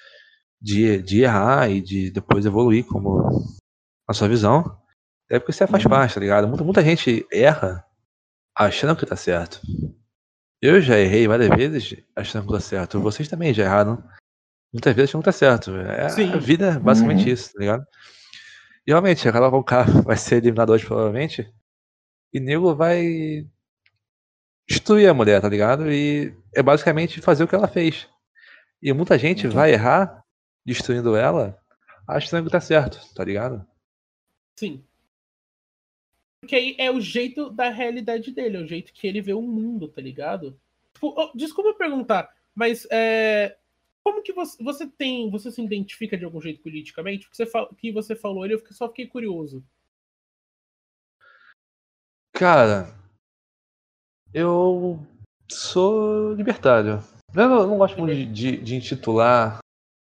errar e de depois evoluir como a sua visão. É porque você faz parte, tá ligado? Muita gente erra achando que tá certo. Eu já errei várias vezes achando que tá certo. Vocês também já erraram muitas vezes achando que tá certo. Sim. A vida é basicamente isso, tá ligado? E realmente, a Carol Conká vai ser eliminada hoje, provavelmente. E nego vai destruir a mulher, tá ligado? E é basicamente fazer o que ela fez. E muita gente vai errar destruindo ela, achando que tá certo, tá ligado? Sim. Porque aí é o jeito da realidade dele, é o jeito que ele vê o mundo, tá ligado? Tipo, desculpa perguntar, mas como que você se identifica de algum jeito politicamente? O que você falou ali, eu só fiquei curioso. Cara, eu sou libertário. Eu não gosto muito de intitular,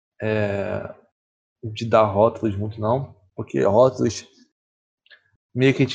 de dar rótulos muito não, porque rótulos meio que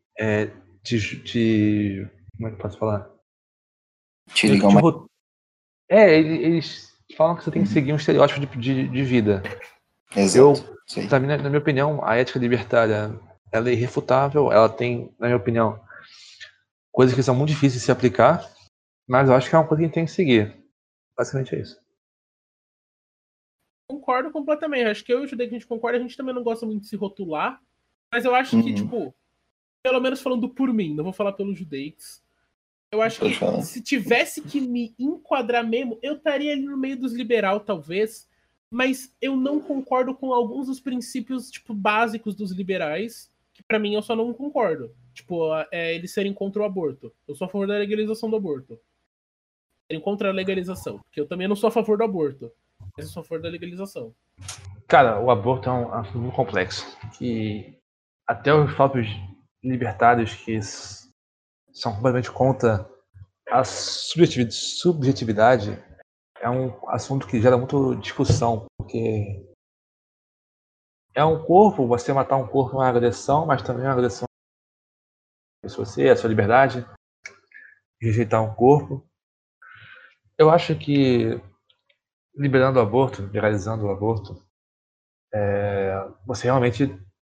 como é que eu posso falar? Te ligam mais. Eles falam que você tem que seguir um estereótipo de vida. Exato. Na minha opinião, a ética libertária ela é irrefutável, ela tem, na minha opinião, coisas que são muito difíceis de se aplicar, mas eu acho que é uma coisa que a gente tem que seguir. Basicamente é isso. Concordo completamente. Acho que eu e o Judeu que a gente concorda, a gente também não gosta muito de se rotular, mas eu acho que, tipo, pelo menos falando por mim, não vou falar pelos Judeix, eu acho que se tivesse que me enquadrar mesmo, eu estaria ali no meio dos liberal, talvez, mas eu não concordo com alguns dos princípios, tipo, básicos dos liberais, que pra mim eu só não concordo. Tipo, eles serem contra o aborto. Eu sou a favor da legalização do aborto. Serem contra a legalização, porque eu também não sou a favor do aborto, mas eu sou a favor da legalização. Cara, o aborto é um assunto muito complexo, que até os próprios libertários que são completamente contra a subjetividade é um assunto que gera muita discussão, porque é um corpo, você matar um corpo é uma agressão, mas também é uma agressão a você, a sua liberdade, rejeitar um corpo. Eu acho que liberando o aborto, legalizando o aborto, você realmente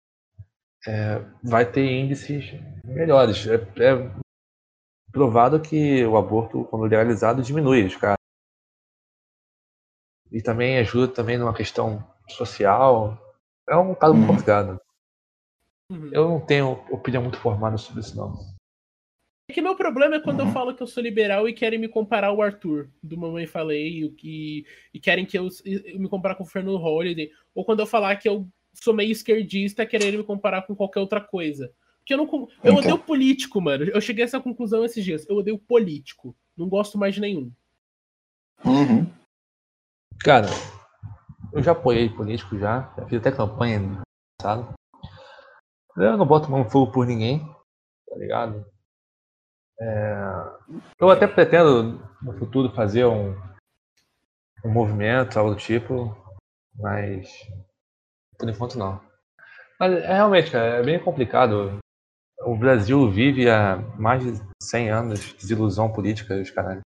vai ter índices melhores. É provado que o aborto, quando legalizado, diminui os casos. E também ajuda também numa questão social. É um caso muito complicado. Eu não tenho opinião muito formada sobre isso, não. É que meu problema é quando eu falo que eu sou liberal e querem me comparar ao Arthur, do Mamãe Falei, e querem que eu me comparar com o Fernando Holliday, ou quando eu falar que eu sou meio esquerdista, quererem me comparar com qualquer outra coisa. Porque eu odeio político, mano. Eu cheguei a essa conclusão esses dias. Eu odeio político. Não gosto mais de nenhum. Cara, eu já apoiei político já fiz até campanha no passado. Eu não boto mão no fogo por ninguém, tá ligado? Eu até pretendo no futuro fazer um movimento, algo do tipo, mas por enquanto não. Mas realmente, cara, é bem complicado. O Brasil vive há mais de 100 anos de desilusão política e os caralho.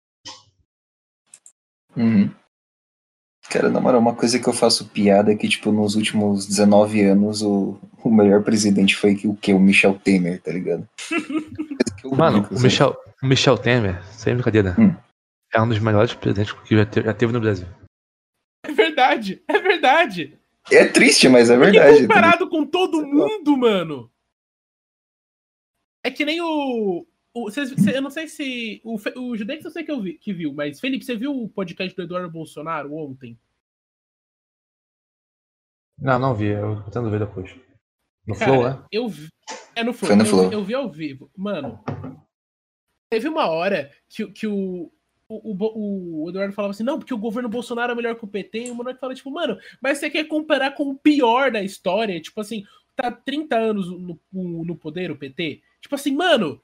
Cara, na moral, uma coisa que eu faço piada é que, tipo, nos últimos 19 anos, o melhor presidente foi o Michel Temer, tá ligado? Mano, o Michel Temer, sem brincadeira, é um dos melhores presidentes que já teve no Brasil. É verdade, é verdade. É triste, mas é verdade. Porque comparado com todo mundo, mano. É que nem eu não sei se. O Judex eu sei que viu, mas Felipe, você viu o podcast do Eduardo Bolsonaro ontem? Não vi, eu tô tentando ver depois. No Cara, Flow, né? Eu vi. No Flow. Foi no Flow. Eu vi ao vivo. Mano, teve uma hora que o o Eduardo falava assim, não, porque o governo Bolsonaro é melhor que o PT, e o Monark fala, tipo, mano, mas você quer comparar com o pior da história? Tipo assim, tá 30 anos no poder o PT? Tipo assim, mano,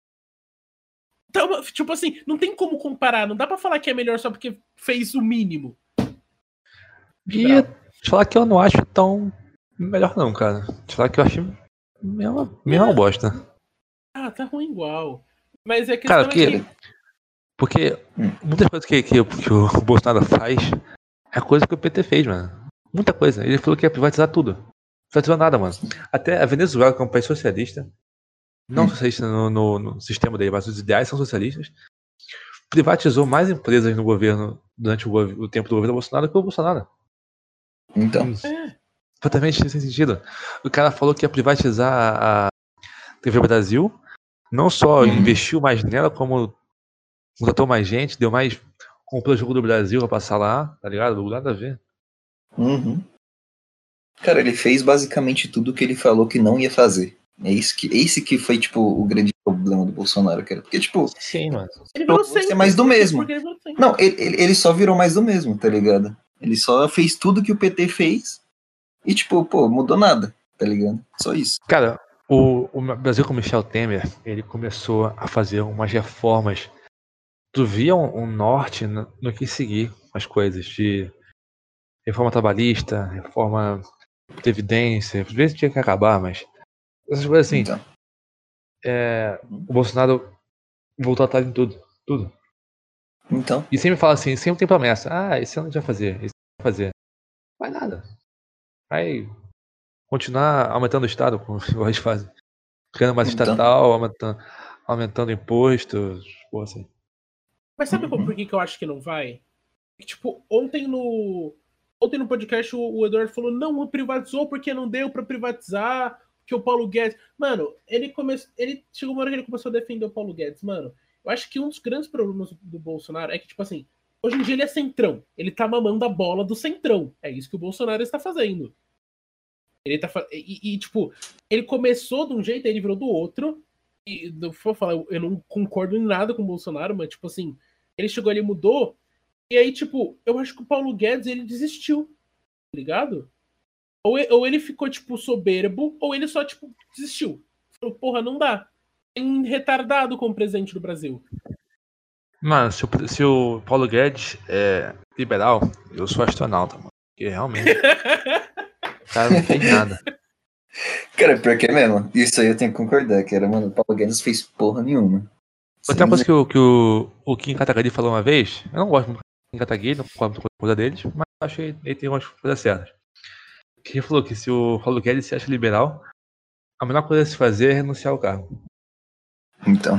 tipo assim, não tem como comparar, não dá pra falar que é melhor só porque fez o mínimo. E te falar que eu não acho tão melhor não, cara. Te falar que eu acho mesma bosta. Ah, tá ruim igual. Mas a Cara, questão é que... porque muitas coisas que o Bolsonaro faz é coisa que o PT fez, mano. Muita coisa. Ele falou que ia privatizar tudo. Não privatizou nada, mano. Até a Venezuela, que é um país socialista, não socialista no sistema dele, mas os ideais são socialistas, privatizou mais empresas no governo durante o tempo do governo Bolsonaro que o Bolsonaro. Então. Totalmente sem sentido. O cara falou que ia privatizar a TV Brasil, não só investiu mais nela, como contratou mais gente, comprou o Jogo do Brasil pra passar lá, tá ligado? Nada a ver. Cara, ele fez basicamente tudo que ele falou que não ia fazer. Esse que foi, tipo, o grande problema do Bolsonaro, cara. Porque, tipo... Sim, mano. Ele virou sempre mais do mesmo. Não, ele só virou mais do mesmo, tá ligado? Ele só fez tudo que o PT fez e, tipo, pô, mudou nada, tá ligado? Só isso. Cara, o Brasil com Michel Temer, ele começou a fazer umas reformas. Tu via um norte no que seguir as coisas, de reforma trabalhista, reforma de previdência, às vezes tinha que acabar, mas essas coisas assim. Então. O Bolsonaro voltou atrás em tudo. Então. E sempre fala assim, sempre tem promessa. Ah, esse ano a gente vai fazer, esse ano vai fazer. Não vai nada. Vai continuar aumentando o Estado, como eles fazem. Criando mais estatal, aumentando impostos, porra assim. Mas sabe por que eu acho que não vai? Tipo, ontem no podcast o Eduardo falou, não privatizou porque não deu pra privatizar, que o Paulo Guedes... Mano, ele chegou uma hora que ele começou a defender o Paulo Guedes. Mano, eu acho que um dos grandes problemas do Bolsonaro é que, tipo assim, hoje em dia ele é centrão. Ele tá mamando a bola do centrão. É isso que o Bolsonaro está fazendo. Ele tá tipo, ele começou de um jeito, aí ele virou do outro. E vou falar, eu não concordo em nada com o Bolsonaro, mas, tipo assim, ele chegou ali, mudou. E aí, tipo, eu acho que o Paulo Guedes, ele desistiu, tá ligado? Ou ele ficou, tipo, soberbo, ou ele só, tipo, desistiu. Falou, porra, não dá. Tem um retardado como presidente do Brasil. Mano, se o Paulo Guedes é liberal, eu sou astronauta, mano. Porque realmente, o cara não fez nada. Cara, pior que é mesmo. Isso aí eu tenho que concordar, cara. Mano, o Paulo Guedes fez porra nenhuma. Outra coisa que o Kim Kataguiri falou uma vez, eu não gosto muito do Kim Kataguiri, não concordo com a coisa deles, mas acho que ele tem umas coisas certas. Ele falou que se o Paulo Guedes se acha liberal, a melhor coisa a se fazer é renunciar ao cargo. Então.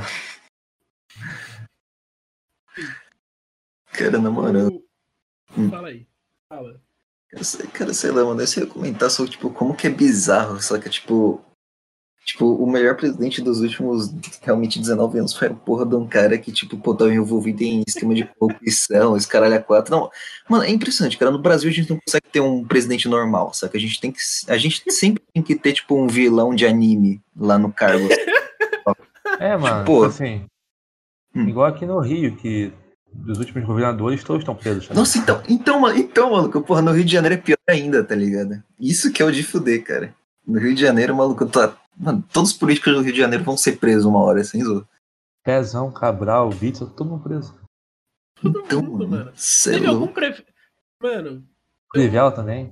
Cara, na moral. Fala aí. Fala. Cara, sei lá, mano. Eu ia comentar sobre, tipo, como que é bizarro, só que, tipo, o melhor presidente dos últimos, realmente, 19 anos foi a porra de um cara que, tipo, pô, tava envolvido em esquema de corrupção, esse caralho a quatro. Não, mano, é impressionante, cara. No Brasil a gente não consegue ter um presidente normal, saca? A gente sempre tem que ter, tipo, um vilão de anime lá no cargo. Mano, tipo, assim, igual aqui no Rio, que dos últimos governadores todos estão presos. Também. Nossa, então, maluco, porra, no Rio de Janeiro é pior ainda, tá ligado? Isso que é o de fuder, cara. No Rio de Janeiro, maluco, mano, todos os políticos do Rio de Janeiro vão ser presos uma hora, sem zoar. Pezão, Cabral, Vitor, todo mundo preso. Então, mano, teve algum Mano. Crivella também.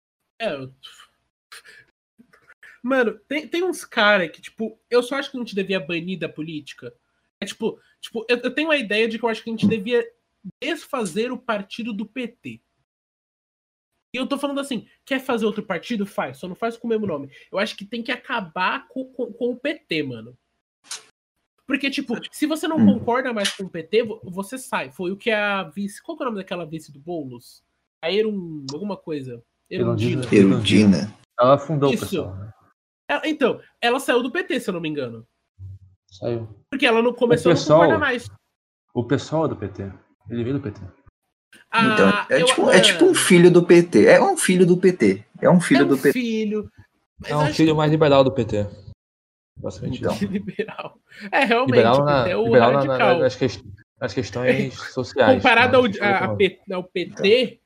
Mano, tem uns caras que, tipo, eu só acho que a gente devia banir da política. É tipo, eu tenho a ideia de que eu acho que a gente devia desfazer o partido do PT. E eu tô falando assim, quer fazer outro partido? Faz, só não faz com o mesmo nome. Eu acho que tem que acabar com o PT, mano. Porque, tipo, se você não concorda mais com o PT, você sai. Foi o que a vice... Qual que é o nome daquela vice do Boulos? A alguma coisa. Erundina. Ela fundou o pessoal, né? Então, ela saiu do PT, se eu não me engano. Saiu. Porque ela não começou a não concordar mais. O pessoal é do PT. Ele veio do PT. Então, é tipo um filho do PT. É um filho do PT. É um filho do PT. É um filho mais liberal do PT. Basicamente. Então. Liberal. É, realmente, liberal o PT é o radical. as questões sociais. Comparado não ao, as questões ao PT.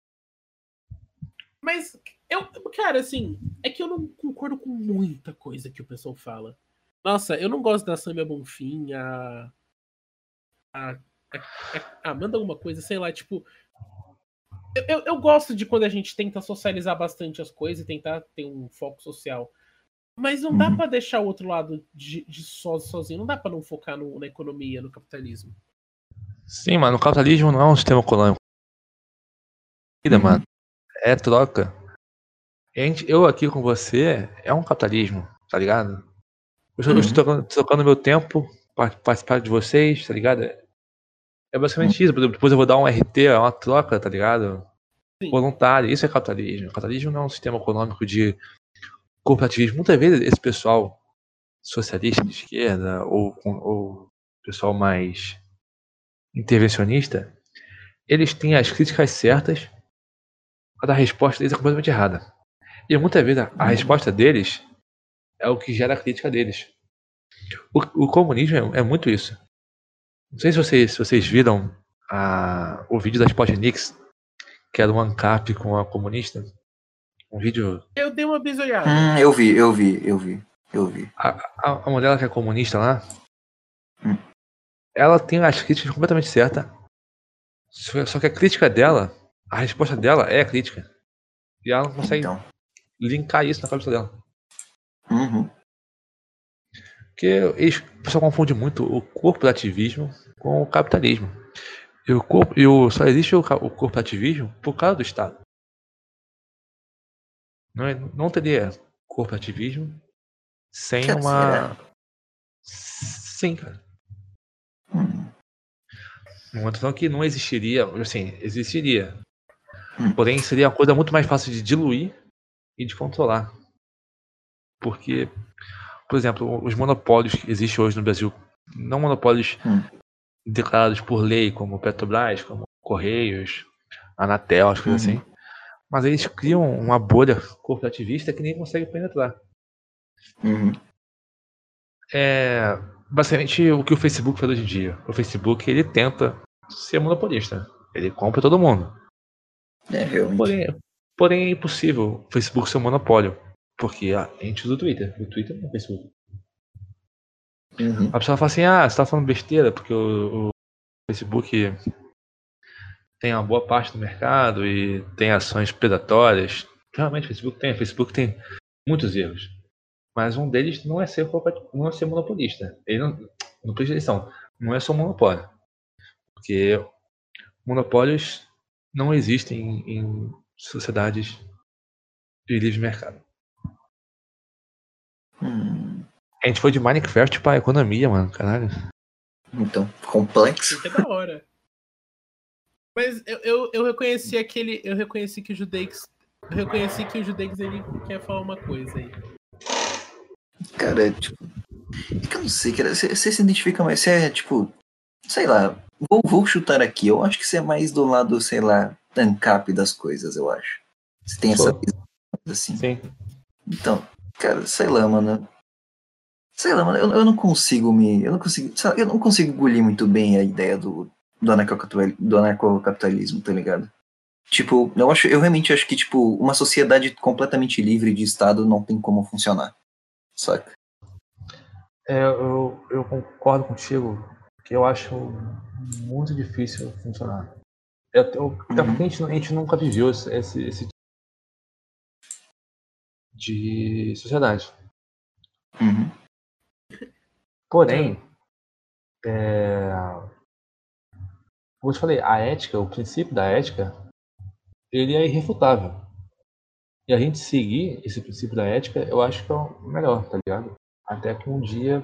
Mas, cara, assim, é que eu não concordo com muita coisa que o pessoal fala. Nossa, eu não gosto da Samia Bonfim, manda alguma coisa, sei lá, tipo. Eu gosto de quando a gente tenta socializar bastante as coisas e tentar ter um foco social. Mas não dá pra deixar o outro lado de sozinho. Não dá pra não focar na economia, no capitalismo. Sim, mano, o capitalismo não é um sistema econômico. Mano, é troca. Eu aqui com você é um capitalismo, tá ligado? Eu estou trocando meu tempo para participar de vocês, tá ligado? É basicamente isso. Depois eu vou dar um RT, é uma troca, tá ligado? Sim. Voluntária. Isso é capitalismo. O capitalismo não é um sistema econômico de cooperativismo. Muitas vezes esse pessoal socialista de esquerda ou pessoal mais intervencionista, eles têm as críticas certas, mas a resposta deles é completamente errada. E muitas vezes a resposta deles é o que gera a crítica deles. O comunismo é muito isso. Não sei se vocês viram o vídeo da Spotnix, que era um ANCAP com a comunista. Um vídeo. Eu dei uma bisoiada. Eu vi. A mulher que é comunista lá, ela tem as críticas completamente certas. Só que a crítica dela, a resposta dela é a crítica. E ela não consegue linkar isso na cabeça dela. Porque o pessoal confunde muito o corporativismo com o capitalismo. Só existe o corporativismo por causa do Estado. Não teria corporativismo sem uma. Sim, cara. Não estou falando que não existiria. Assim, existiria. Porém, seria uma coisa muito mais fácil de diluir e de controlar. Porque, por exemplo, os monopólios que existem hoje no Brasil, não monopólios declarados por lei, como Petrobras, como Correios, Anatel, as coisas assim, mas eles criam uma bolha corporativista que nem consegue penetrar. É basicamente o que o Facebook faz hoje em dia. O Facebook, ele tenta ser monopolista. Ele compra todo mundo. Realmente. Porém é impossível o Facebook ser um monopólio. Porque a gente usa o Twitter. O Twitter não é o Facebook. A pessoa fala assim, você tá falando besteira, porque o Facebook tem uma boa parte do mercado e tem ações predatórias. Realmente o Facebook tem muitos erros. Mas um deles não é ser monopolista. Ele não é só monopólio. Porque monopólios não existem em sociedades de livre mercado. A gente foi de Minecraft pra economia, mano, caralho. Então, complexo. Isso é da hora. Mas eu reconheci aquele. Eu reconheci que o Judeix. Eu reconheci que o Judeix ele quer falar uma coisa aí. Cara, tipo. É que eu não sei, cara. Você se identifica mais. Você é tipo. Sei lá. Vou chutar aqui. Eu acho que você é mais do lado, sei lá, ANCAP das coisas, eu acho. Você tem essa visão assim. Sim. Então, cara, sei lá, mano. Eu não consigo eu não consigo engolir muito bem a ideia do anarcocapitalismo, tá ligado? Tipo, eu realmente acho que, tipo, uma sociedade completamente livre de Estado não tem como funcionar, saca? Eu concordo contigo, que eu acho muito difícil funcionar. Até porque a gente nunca viveu esse tipo de sociedade. Porém, como eu te falei, a ética, o princípio da ética, ele é irrefutável. E a gente seguir esse princípio da ética, eu acho que é o melhor, tá ligado? Até que um dia...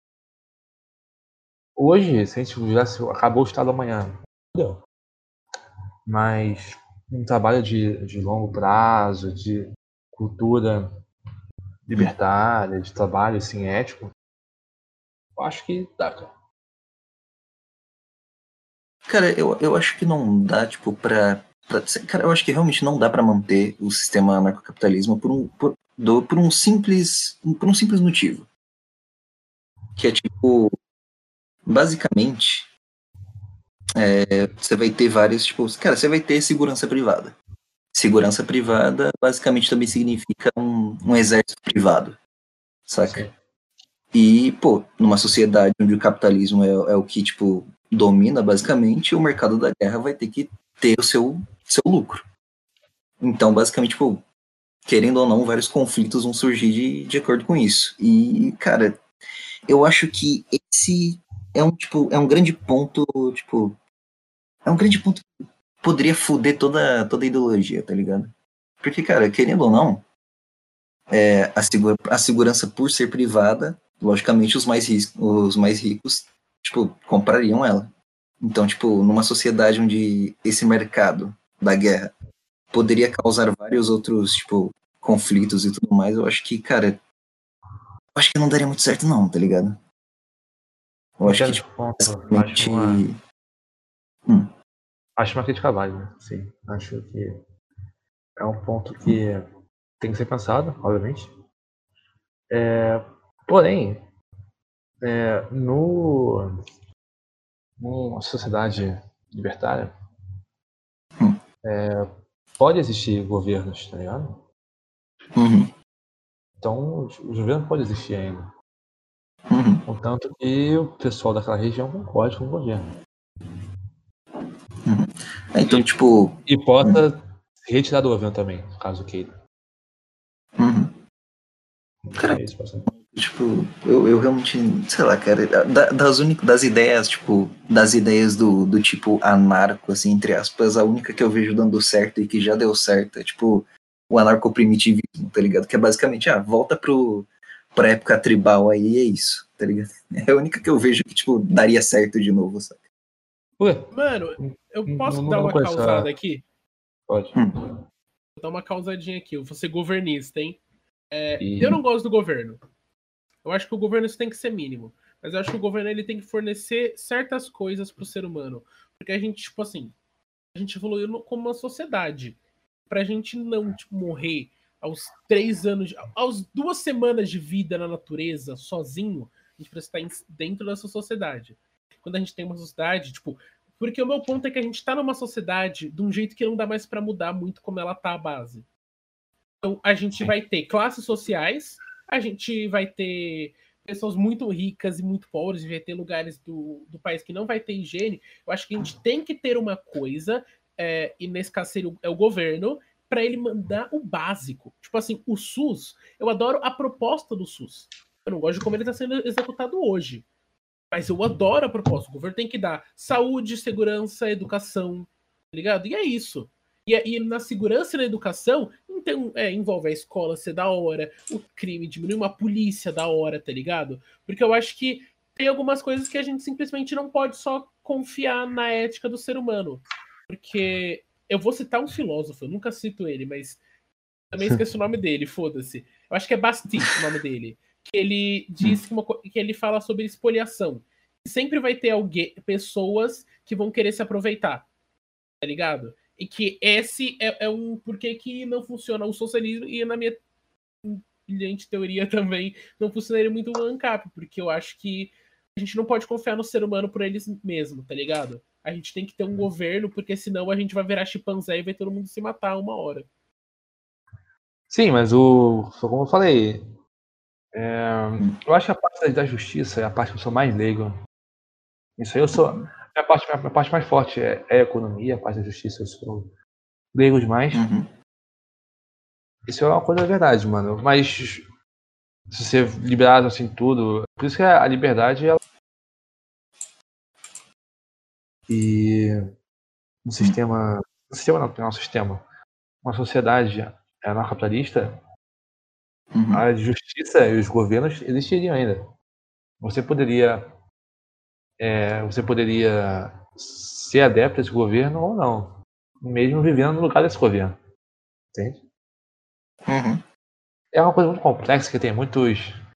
Hoje, se a gente virasse, acabou o Estado amanhã, entendeu? Mas um trabalho de longo prazo, de cultura libertária, de trabalho assim, ético, eu acho que dá, cara. Cara, eu acho que não dá, tipo, cara, eu acho que realmente não dá pra manter o sistema anarcocapitalismo por um simples motivo. Que é, tipo, basicamente, você vai ter vários, tipo, cara, você vai ter segurança privada. Segurança privada basicamente também significa um exército privado, saca? Sim. E, pô, numa sociedade onde o capitalismo é o que, tipo, domina basicamente, o mercado da guerra vai ter que ter o seu lucro. Então, basicamente, pô, querendo ou não, vários conflitos vão surgir de acordo com isso. E, cara, eu acho que esse é um grande ponto, tipo, é um grande ponto que poderia foder toda a ideologia, tá ligado? Porque, cara, querendo ou não, a segurança por ser privada, logicamente os mais ricos, tipo, comprariam ela. Então, tipo, numa sociedade onde esse mercado da guerra poderia causar vários outros, tipo, conflitos e tudo mais, eu acho que, cara, eu acho que não daria muito certo não, tá ligado? Eu acho que, Entendo esse tipo, ponto. basicamente... Hum, Acho uma crítica válida, sim. Acho que é um ponto que tem que ser pensado, obviamente. Porém, numa sociedade libertária, hum, pode existir governos, tá ligado? uhum, Então, os governos podem existir ainda. uhum, Contanto que o pessoal daquela região concorde com o governo. uhum. Então, tipo... E possa se retirar do governo também, caso queira. Uhum. É isso, parceiro. Tipo, eu realmente, sei lá, cara, das ideias do tipo anarco, assim, entre aspas, a única que eu vejo dando certo e que já deu certo é, tipo, o anarcoprimitivismo, tá ligado? Que é basicamente, volta pra época tribal aí, é isso, tá ligado? É a única que eu vejo que, tipo, daria certo de novo, sabe? Por quê? Mano, eu posso dar Não uma conheço causada aqui? Pode. Hum, Vou dar uma causadinha aqui. Eu vou ser governista, hein? Eu E não gosto do governo. Eu acho que o governo isso tem que ser mínimo. Mas eu acho que o governo ele tem que fornecer certas coisas pro ser humano. Porque a gente, tipo assim, a gente evoluiu como uma sociedade. Pra gente não, tipo, morrer aos 3 anos, aos 2 semanas de vida na natureza, sozinho, a gente precisa estar dentro dessa sociedade. Quando a gente tem uma sociedade, tipo. Porque o meu ponto é que a gente tá numa sociedade de um jeito que não dá mais pra mudar muito como ela tá a base. Então, a gente sim. vai ter classes sociais, a gente vai ter pessoas muito ricas e muito pobres, vai ter lugares do país que não vai ter higiene. Eu acho que a gente tem que ter uma coisa, e nesse caso seria o governo, para ele mandar o básico. Tipo assim, o SUS, eu adoro a proposta do SUS. Eu não gosto de como ele está sendo executado hoje. Mas eu adoro a proposta. O governo tem que dar saúde, segurança, educação, tá ligado? E é isso. E na segurança e na educação, então, envolve a escola ser da hora, o crime diminuir, uma polícia da hora, tá ligado? Porque eu acho que tem algumas coisas que a gente simplesmente não pode só confiar na ética do ser humano. Porque eu vou citar um filósofo, eu nunca cito ele, mas também esqueci o nome dele, foda-se. Eu acho que é Basti o nome dele. Que ele diz que ele fala sobre expoliação. Sempre vai ter pessoas que vão querer se aproveitar, tá ligado? E que esse é um porquê que não funciona o socialismo e na minha brilhante teoria também não funcionaria muito o ANCAP, porque eu acho que a gente não pode confiar no ser humano por eles mesmo, tá ligado? A gente tem que ter um governo, porque senão a gente vai virar chimpanzé e vai todo mundo se matar uma hora. Sim, mas como eu falei, eu acho que a parte da justiça é a parte que eu sou mais leigo. Isso aí eu sou. Minha parte mais forte é a economia, a parte da justiça eu sou leigo demais. uhum, Isso é uma coisa da verdade, mano. Mas se você liberar assim tudo. Por isso que a liberdade ela. E um sistema. Um sistema não é um sistema. Uma sociedade anarcapitalista, uhum, a justiça e os governos existiriam ainda. Você poderia você poderia ser adepto desse governo ou não, mesmo vivendo no lugar desse governo, entende? uhum, É uma coisa muito complexa que tem muitos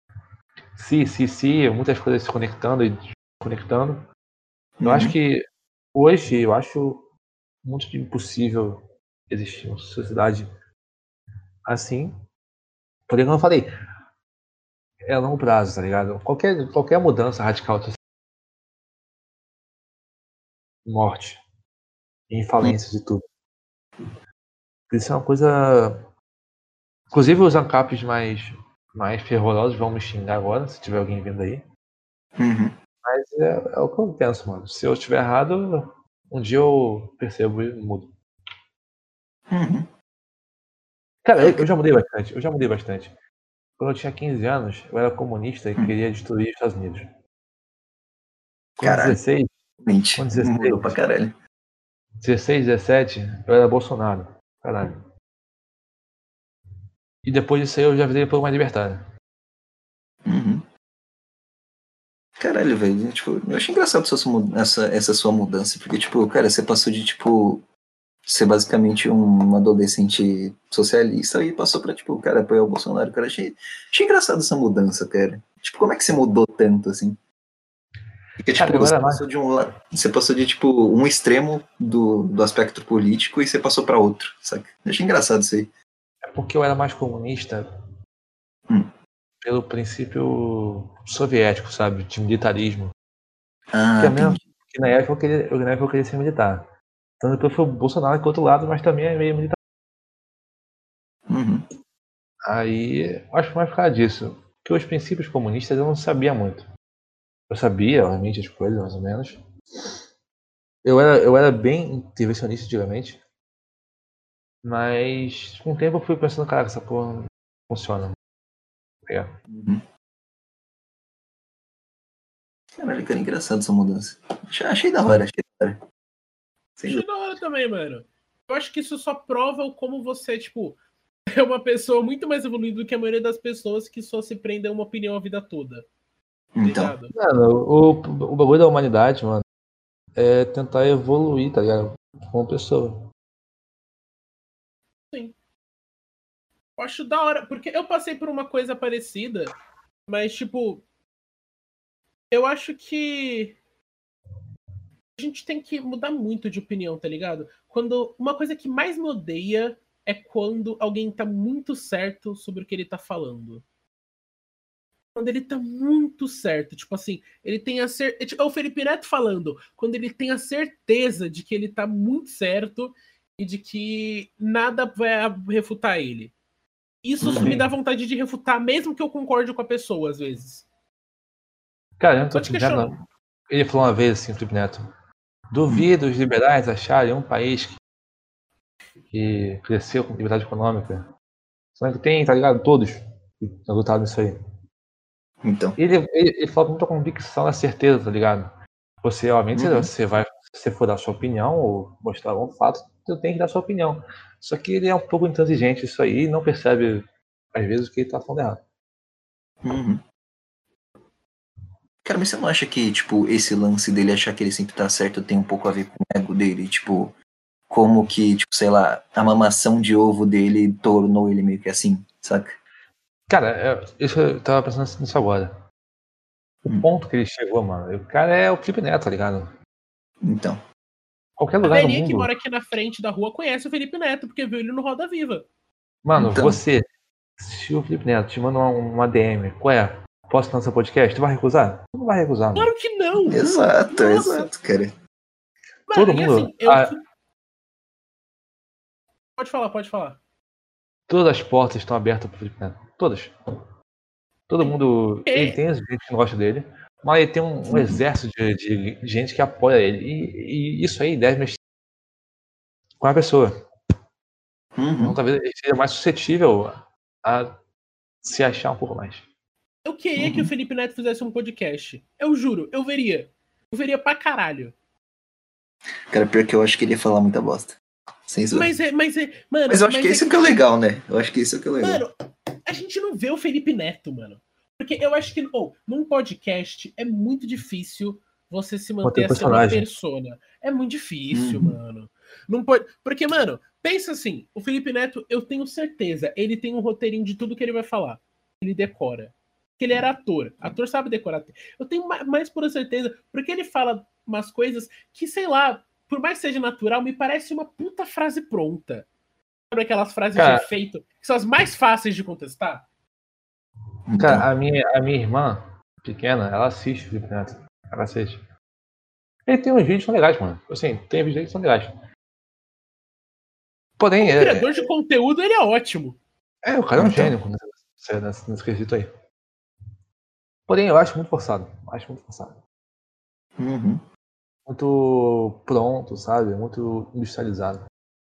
muitas coisas se conectando e desconectando. Eu acho uhum. que hoje eu acho muito impossível existir uma sociedade assim. Porque como eu falei, é a longo prazo, tá ligado? Qualquer mudança radical morte, em falências e tudo. Isso é uma coisa. Inclusive os ANCAPs mais fervorosos vão me xingar agora, se tiver alguém vindo aí. Uhum. Mas é o que eu penso, mano. Se eu estiver errado, um dia eu percebo e mudo. Uhum. Cara, eu já mudei bastante. Quando eu tinha 15 anos, eu era comunista e queria destruir os Estados Unidos. Com Caralho, 16, mente. com 16, Mudou pra caralho. 16, 17, eu era Bolsonaro. Caralho. E depois disso aí eu já virei um pouco mais libertário. Uhum. Caralho, velho. Tipo, eu achei engraçado essa sua mudança, porque, tipo, cara, você passou de, tipo, ser basicamente um adolescente socialista e passou pra, tipo, cara, apoiar o Bolsonaro. Cara, achei engraçado essa mudança, cara. Tipo, como é que você mudou tanto, assim? Porque, tipo, Cara, eu era mais. você passou de, tipo, um extremo do aspecto político e você passou pra outro, saca? Eu achei engraçado isso aí. É porque eu era mais comunista pelo princípio soviético, sabe? De militarismo. Ah, Que é mesmo entendi. que na época eu queria ser militar. Tanto que eu fui o Bolsonaro que é outro lado, mas também é meio militar. Uhum. Aí, acho que mais por causa disso. Porque os princípios comunistas eu não sabia muito. Eu sabia, obviamente, as coisas, mais ou menos. Eu era bem intervencionista antigamente. Mas com o tempo eu fui pensando, cara, essa porra não funciona. É. Uhum. Caralho, cara, engraçado essa mudança. Achei da hora, achei da hora. Sem Achei dúvida. da hora também, mano. Eu acho que isso só prova o como você, tipo, é uma pessoa muito mais evoluída do que a maioria das pessoas que só se prendem a uma opinião a vida toda. Tá Então. ligado? Mano, o bagulho da humanidade, mano, é tentar evoluir, tá ligado? Como pessoa. Sim. Eu acho da hora, porque eu passei por uma coisa parecida, mas, tipo, eu acho que a gente tem que mudar muito de opinião, tá ligado? Quando uma coisa que mais me odeia é quando alguém tá muito certo sobre o que ele tá falando. Quando ele tá muito certo, tipo assim, ele tem a certeza. É o Felipe Neto falando, quando ele tem a certeza de que ele tá muito certo e de que nada vai refutar ele. Isso só me dá vontade de refutar, mesmo que eu concorde com a pessoa, às vezes. Cara, eu não tô Só te entendendo, questiono. não. Ele falou uma vez assim, o Felipe Neto. Duvido os liberais acharem um país que cresceu com liberdade econômica. Só que tem, tá ligado? Todos que estão lutados nisso aí. Então. Ele fala com muita convicção na certeza, tá ligado? Você, obviamente, Uhum. se você for dar sua opinião ou mostrar algum fato, você tem que dar sua opinião. Só que ele é um pouco intransigente isso aí e não percebe, às vezes, o que ele tá falando errado. Uhum. Cara, mas você não acha que, tipo, esse lance dele achar que ele sempre tá certo tem um pouco a ver com o ego dele? Tipo, como que, tipo, sei lá, a mamação de ovo dele tornou ele meio que assim, saca? Cara, isso eu tava pensando nisso agora. O ponto que ele chegou, mano, o cara é o Felipe Neto, tá ligado? Então. Qualquer A lugar do velhinha que mundo. mora aqui na frente da rua conhece o Felipe Neto, porque viu ele no Roda Viva. Mano, Então. você, se o Felipe Neto te manda uma DM, qual é? Posso lançar podcast? Tu vai recusar? Tu não vai recusar, mano. Claro que não! Exato, Nossa! exato, cara. Mano, Todo e mundo. assim, Pode falar, pode falar. Todas as portas estão abertas pro Felipe Neto. Todas. Todo mundo. Ele É, tem gente que não gosta dele, mas ele tem um exército de gente que apoia ele. E isso aí deve mexer com a pessoa. Então Uhum. talvez ele seja mais suscetível a se achar um pouco mais. eu queria que o Uhum. Felipe Neto fizesse um podcast. Eu juro, eu veria. Eu veria pra caralho. Cara, pior que eu acho que ele ia falar muita bosta. Sem zoar. Mano, Mas eu acho que mas é esse que, que é o legal, né? Eu acho que esse é o que é o legal. mano, a gente não vê o Felipe Neto, mano. Porque eu acho que, num podcast é muito difícil você se Manter manter o a ser uma personagem. persona. É muito difícil, Uhum. mano. Não pode. Porque, mano, pensa assim, o Felipe Neto, eu tenho certeza, ele tem um roteirinho de tudo que ele vai falar. Ele decora. Porque ele era ator. Ator sabe decorar. Eu tenho mais pura certeza, porque ele fala umas coisas que, sei lá, por mais que seja natural, me parece uma puta frase pronta. Sabe aquelas frases de Cara, efeito que são as mais fáceis de contestar? Então. cara, a minha irmã pequena, ela assiste o Felipe Neto. Ela assiste. Ele tem uns vídeos que são legais, mano. Assim, tem vídeos que são legais. Porém, O criador de conteúdo, ele é ótimo. o cara é um gênio nesse quesito aí. Porém, eu acho muito forçado. Uhum. Muito pronto, sabe? Muito industrializado.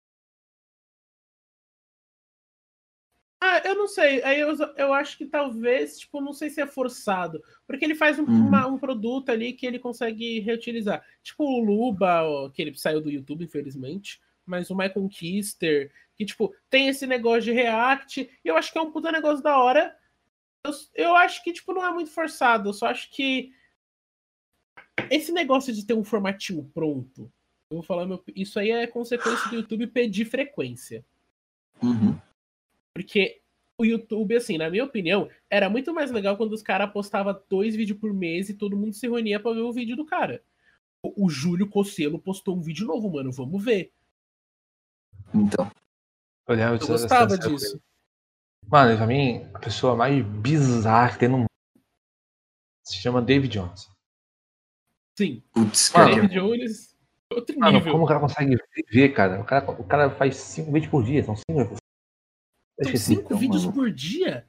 Eu não sei. Aí eu acho que talvez, tipo, não sei se é forçado. Porque ele faz um produto ali que ele consegue reutilizar. Tipo o Luba, que ele saiu do YouTube, infelizmente. Mas o My Conquister, que, tipo, tem esse negócio de React. E eu acho que é um puta negócio da hora. Eu acho que, tipo, não é muito forçado. Eu só acho que esse negócio de ter um formatinho pronto, eu vou falar, isso aí é consequência do YouTube pedir frequência. Uhum. Porque o YouTube, assim, na minha opinião, era muito mais legal quando os caras postavam 2 vídeos por mês e todo mundo se reunia pra ver o vídeo do cara. O Júlio Cocelo postou um vídeo novo, mano, vamos ver. Então. Eu gostava disso. Mano, pra mim, a pessoa mais bizarra que tem no mundo se chama David Jones. Sim. Putz, David Jones, outro nível. Mano, como o cara consegue ver, cara? O cara faz 5 vídeos por dia, são 5 vídeos. São 5 vídeos por dia?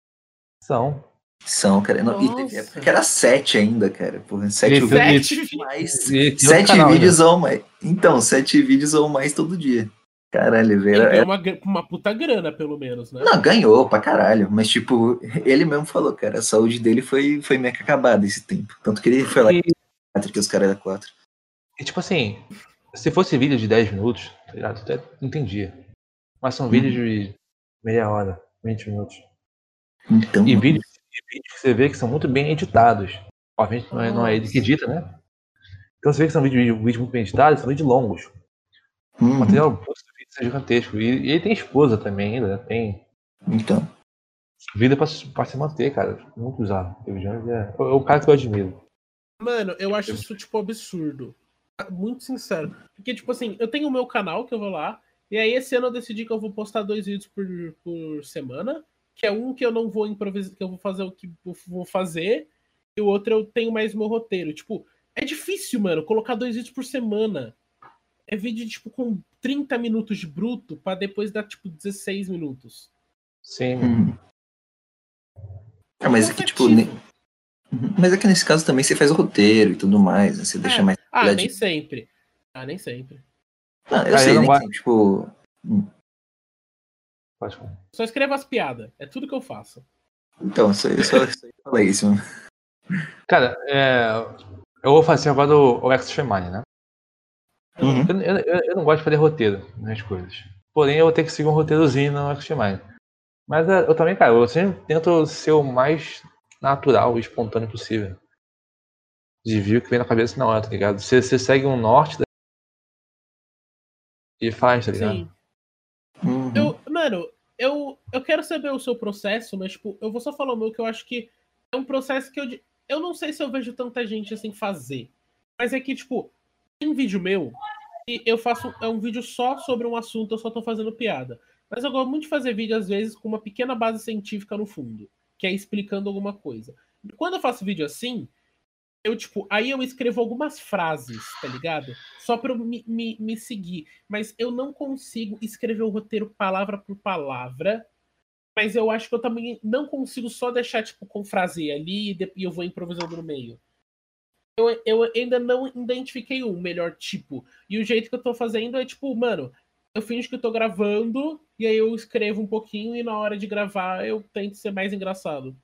São, cara. Não, e teve época que era 7 ainda, cara. Porra, 7 vídeos. Mais. 7 vídeos ou mais. Então, 7 vídeos ou mais todo dia. Caralho, velho. Ele ganhou uma puta grana, pelo menos, né? Não, ganhou pra caralho. Mas, tipo, ele mesmo falou, cara, a saúde dele foi meio que acabada esse tempo. Tanto que ele foi lá que os caras eram 4. E, tipo assim, se fosse vídeo de 10 minutos, tá ligado? Até entendia. Mas são vídeos de meia hora, 20 minutos. Então, e vídeos que você vê que são muito bem editados. Obviamente não é ele que edita, né? Então você vê que são vídeos muito bem editados, são vídeos longos. O material do vídeo é gigantesco. E ele tem esposa também ainda, né? Tem vida pra se manter, cara. Muito bizarro. O Jones é o cara que eu admiro. Mano, eu acho isso, tipo, absurdo. Muito sincero. Porque, tipo assim, eu tenho o meu canal que eu vou lá. E aí, esse ano eu decidi que eu vou postar 2 vídeos por semana. Que é um que eu não vou improvisar, que eu vou fazer o que eu vou fazer. E o outro eu tenho mais meu roteiro. Tipo, é difícil, mano, colocar 2 vídeos por semana. É vídeo, tipo, com 30 minutos de bruto pra depois dar, tipo, 16 minutos. Sim. Mas é que, tipo... Mas é que nesse caso também você faz o roteiro e tudo mais, né? Você deixa mais... nem sempre. Nem sempre. Não, eu sei, nem sempre, tipo... Pode falar. Só escrevo as piadas. É tudo que eu faço. Então, eu só falei isso, mano. Cara, eu vou fazer agora o Extra Mine, né? Eu não gosto de fazer roteiro nas coisas. Porém, eu vou ter que seguir um roteirozinho no Extra Mine. Mas eu também, cara, eu sempre tento ser o mais natural e espontâneo possível. De ver o que vem na cabeça na hora, tá ligado? Você segue um norte e faz, tá ligado? Sim. Mano, eu quero saber o seu processo, mas, tipo, eu vou só falar o meu, que eu acho que é um processo que eu não sei se eu vejo tanta gente assim fazer. Mas é que, tipo, tem vídeo meu e eu faço um vídeo só sobre um assunto, eu só tô fazendo piada. Mas eu gosto muito de fazer vídeo, às vezes, com uma pequena base científica no fundo, que é explicando alguma coisa. Quando eu faço vídeo assim, aí eu escrevo algumas frases, tá ligado? Só pra eu me seguir. Mas eu não consigo escrever o roteiro palavra por palavra. Mas eu acho que eu também não consigo só deixar, tipo, com frase ali e eu vou improvisando no meio. Eu ainda não identifiquei um melhor tipo. E o jeito que eu tô fazendo é, tipo, mano, eu finjo que eu tô gravando e aí eu escrevo um pouquinho e na hora de gravar eu tento ser mais engraçado.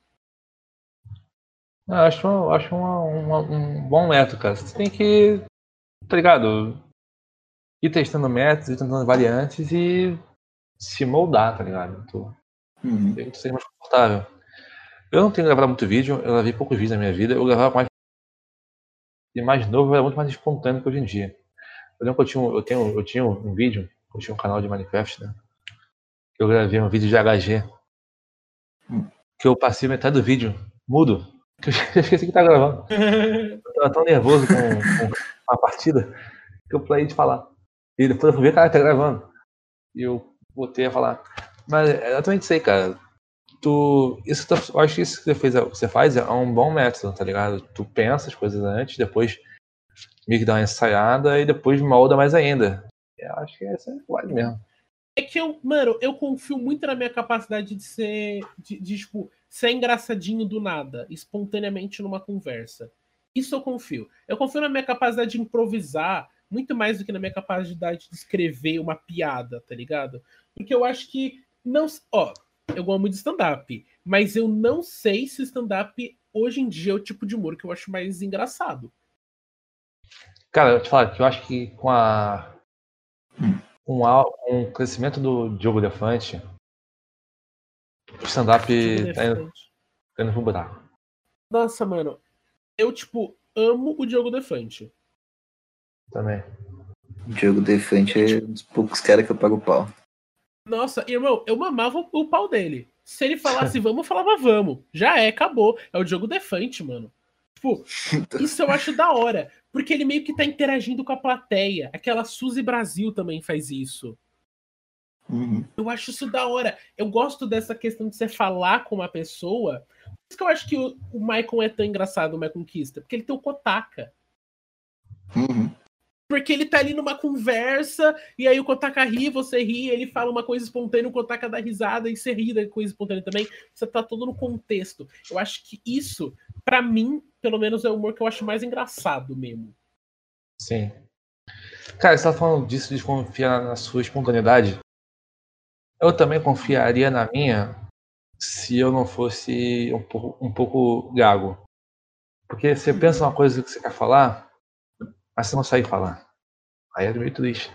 Eu acho um bom método, cara. Você tem que, tá ligado? Ir testando métodos, ir tentando variantes e se moldar, tá ligado? Tu seja mais confortável. Eu não tenho gravado muito vídeo, eu gravei poucos vídeos na minha vida. Eu gravava mais. E mais novo, era muito mais espontâneo que hoje em dia. Eu lembro que eu tinha um vídeo, eu tinha um canal de Minecraft, né? Eu gravei um vídeo de HG. Que eu passei metade do vídeo mudo. Que eu esqueci que tava gravando. Eu tava tão nervoso com a partida que eu parei de falar. E depois eu fui ver, cara, tá gravando. E eu botei a falar. Mas é exatamente isso aí, cara. Eu acho que isso que você faz é um bom método, tá ligado? Tu pensa as coisas antes, depois meio que dar uma ensaiada e depois molda mais ainda. Eu acho que essa é vale mesmo. É que eu confio muito na minha capacidade de ser, tipo, ser engraçadinho do nada, espontaneamente numa conversa. Isso eu confio. Eu confio na minha capacidade de improvisar muito mais do que na minha capacidade de escrever uma piada, tá ligado? Porque eu acho que não, ó, eu gosto muito de stand-up, mas eu não sei se stand-up hoje em dia é o tipo de humor que eu acho mais engraçado. Cara, eu te falo que eu acho que com um crescimento do Diogo Defante, o stand-up tá indo pro buraco. Nossa, mano, eu, tipo, amo o Diogo Defante. Também. O Diogo Defante é um dos poucos caras que eu pago pau. Nossa, irmão, eu mamava o pau dele. Se ele falasse vamos, eu falava vamos. Já é, acabou. É o Diogo Defante, mano. Tipo, isso eu acho da hora. Porque ele meio que tá interagindo com a plateia. Aquela Suzy Brasil também faz isso. Uhum. Eu acho isso da hora. Eu gosto dessa questão de você falar com uma pessoa. Por isso que eu acho que o Michael é tão engraçado, o Michael Conquista. Porque ele tem o Kotaka. Uhum. Porque ele tá ali numa conversa, e aí o Kotaka ri, você ri, ele fala uma coisa espontânea, o Kotaka dá risada, e você ri da coisa espontânea também. Você tá todo no contexto. Eu acho que isso, pra mim, pelo menos, é o humor que eu acho mais engraçado mesmo. Sim. Cara, você tá falando disso, de confiar na sua espontaneidade. Eu também confiaria na minha se eu não fosse um pouco gago. Porque você pensa uma coisa que você quer falar, mas você não consegue falar. Aí é meio triste.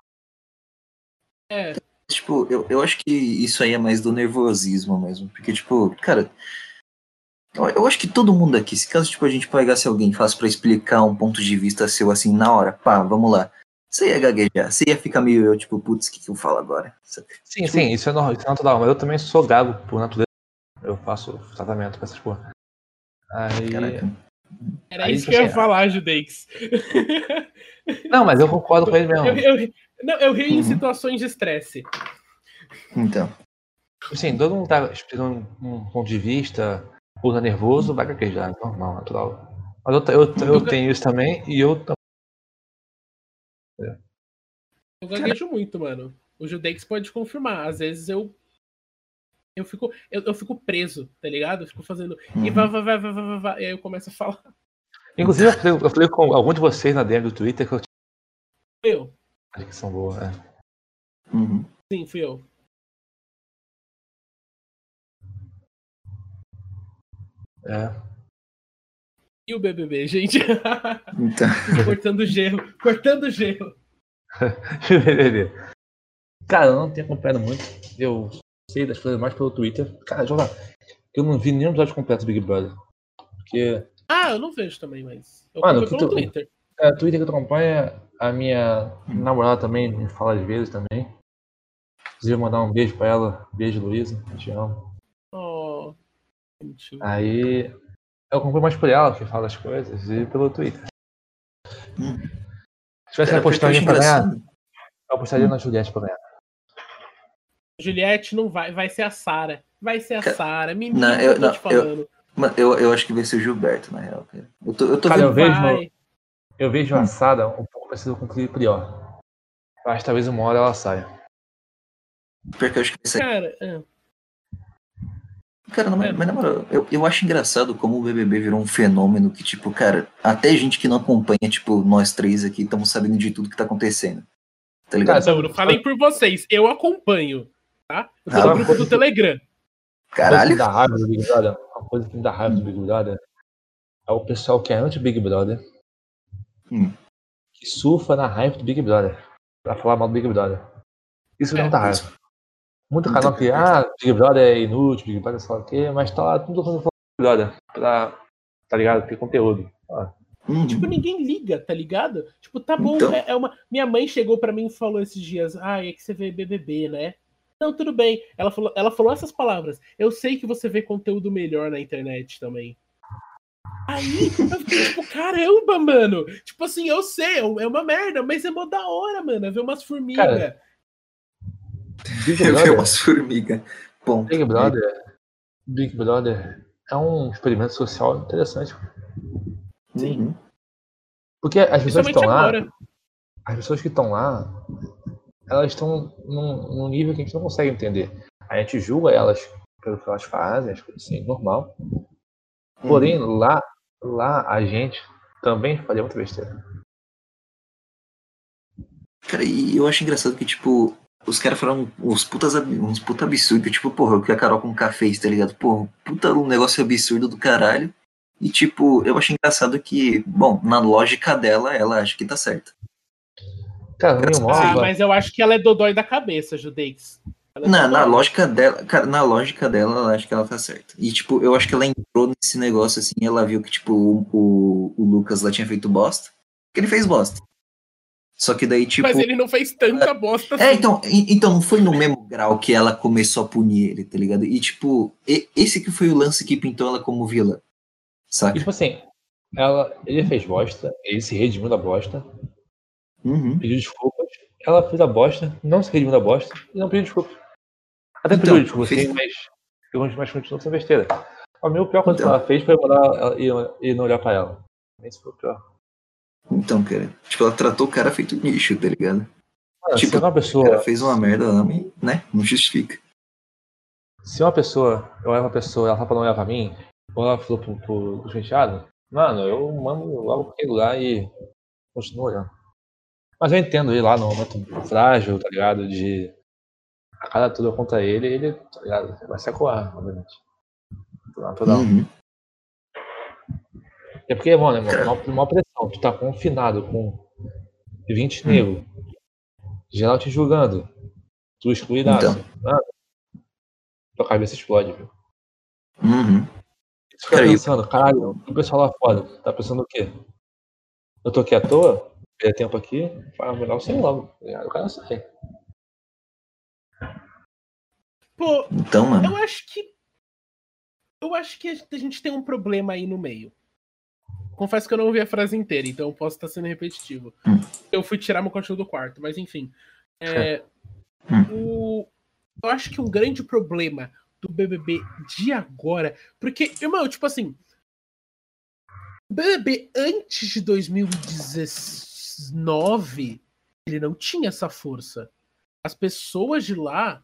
É. Tipo, eu acho que isso aí é mais do nervosismo mesmo. Porque, tipo, cara, eu acho que todo mundo aqui, se caso tipo, a gente pegasse alguém e falasse pra explicar um ponto de vista seu assim na hora, pá, vamos lá. Você ia gaguejar, você ia ficar meio, tipo, putz, o que eu falo agora? Sim, tipo, sim, isso é natural, mas eu também sou gago por natureza. Eu faço tratamento pra essas porra. Aí. Caraca. Era aí, isso tipo que eu ia assim, falar, Judeix. Não, mas eu concordo com ele mesmo. Eu rio em situações de estresse. Então. Assim, todo mundo tá esperando um ponto de vista, ou tá nervoso, vai gaguejar, normal, natural. Mas eu tenho isso também e eu também. Eu gaguejo muito, mano. O Judeix pode confirmar. Às vezes eu fico preso, tá ligado? Eu fico fazendo. E vai. E aí eu começo a falar. Inclusive, eu falei com algum de vocês na DM do Twitter que eu tinha Eu. uma dicção boa, né? Uhum. Sim, fui eu. É. E o BBB, gente? Então. Cortando gelo. Cortando gelo. Cara, eu não tenho acompanhado muito. Eu sei das coisas mais pelo Twitter. Cara, deixa eu falar. Eu não vi nenhum episódio completo do Big Brother. Porque. Ah, eu não vejo também, mas. Eu Mano, acompanho pelo Twitter. O Twitter que tu acompanha, a minha namorada também me fala às vezes também. Inclusive mandar um beijo pra ela. Beijo, Luísa. Te amo. Oh. Aí eu acompanho mais por ela, que fala as coisas, e pelo Twitter. Se tivesse apostado alguém pra ganhar, eu apostaria na Juliette pra ganhar. Juliette não vai, vai ser a Sara. Vai ser a Sara. Menino, Não, eu tô te falando. Eu acho que vai ser o Gilberto, na real, cara. Eu tô Cara, vendo. eu vejo a Sara um pouco parecido com o Felipe Prior. Eu acho que talvez uma hora ela saia. Porque eu acho que vai sair. Cara, Cara, mas na moral, eu acho engraçado como o BBB virou um fenômeno que, tipo, cara, até gente que não acompanha, tipo, nós três aqui, estamos sabendo de tudo que tá acontecendo. Tá ligado? Cara, não falei por vocês, eu acompanho, tá? Eu tô no grupo do Telegram. Caralho. Uma coisa que me dá raiva do Big Brother é o pessoal que é anti-Big Brother que surfa na raiva do Big Brother pra falar mal do Big Brother. Isso me dá raiva. Muito canal que, Big Brother é inútil, Big Brother sei lá o quê, mas tá lá tudo falando Big Brother pra, tá ligado? Ter conteúdo. Tipo, ninguém liga, tá ligado? Tipo, tá bom, então... Minha mãe chegou pra mim e falou esses dias, é que você vê BBB, né? Não, tudo bem. Ela falou essas palavras. Eu sei que você vê conteúdo melhor na internet também. Aí, eu fiquei tipo, caramba, mano. Tipo assim, eu sei, é uma merda, mas é mó da hora, mano. É ver umas formigas. Eu vi umas formigas. Big Brother é um experimento social interessante. Sim. Porque as pessoas que Principalmente estão lá, agora. as pessoas que estão lá, elas estão num nível que a gente não consegue entender. A gente julga elas pelo que elas fazem, as coisas assim, normal. Porém, lá a gente também fazia muita besteira. Cara, e eu acho engraçado que, tipo, os caras falaram uns puta absurdos, tipo, porra, o que a Carol com K fez, tá ligado? Porra, puta um negócio absurdo do caralho. E, tipo, eu acho engraçado que, bom, na lógica dela, ela acha que tá certa. Cara, no MOBA, Mas eu acho que ela é dodói da cabeça, Judeix. Ela é Na dodói. lógica dela, cara, na lógica dela, ela acha que ela tá certa. E, tipo, eu acho que ela entrou nesse negócio, assim, ela viu que, tipo, o Lucas lá tinha feito bosta. Que ele fez bosta. Só que daí, tipo. Mas ele não fez tanta bosta assim. Então não foi no mesmo grau que ela começou a punir ele, tá ligado? E, tipo, esse que foi o lance que pintou ela como vilã. Saca? tipo assim, ele fez bosta, ele se redimiu da bosta, Uhum. pediu desculpas, ela fez a bosta, não se redimiu da bosta e não pediu desculpas. Até Então, pediu desculpas, sim, mas continuou sendo besteira. A minha pior coisa que ela fez foi mandar ela e não olhar pra ela. Esse foi o pior. Então, cara, tipo, ela tratou o cara feito lixo, tá ligado? Cara, Tipo, se uma o pessoa, cara fez uma merda, né? Não justifica. se uma pessoa, eu olho pra pessoa, ela fala pra não olhar pra mim, ou ela falou pro despenteado, mano, eu mando logo pra aquele lugar e continuo olhando. Mas eu entendo ele lá no momento frágil, tá ligado? De a cara toda contra ele, tá ligado? Vai se acuar, obviamente. Natural. Uhum. É porque, mano, é Cara, uma pressão. Tu tá confinado com 20 negros, geral te julgando, tu excluidaço. então. Tua cabeça explode, viu? Uhum. Tu fica Cara, pensando, caralho, o pessoal lá fora tá pensando o quê? Eu tô aqui à toa, perder tempo aqui, fala melhor eu sair logo, tá ligado? O cara sai. Pô, então, eu mano. acho que a gente tem um problema aí no meio. Confesso que eu não ouvi a frase inteira, então eu posso estar sendo repetitivo. Eu fui tirar meu cachorro do quarto, mas enfim. Eu acho que um grande problema do BBB de agora, porque, irmão, tipo assim, o BBB antes de 2019, ele não tinha essa força. As pessoas de lá,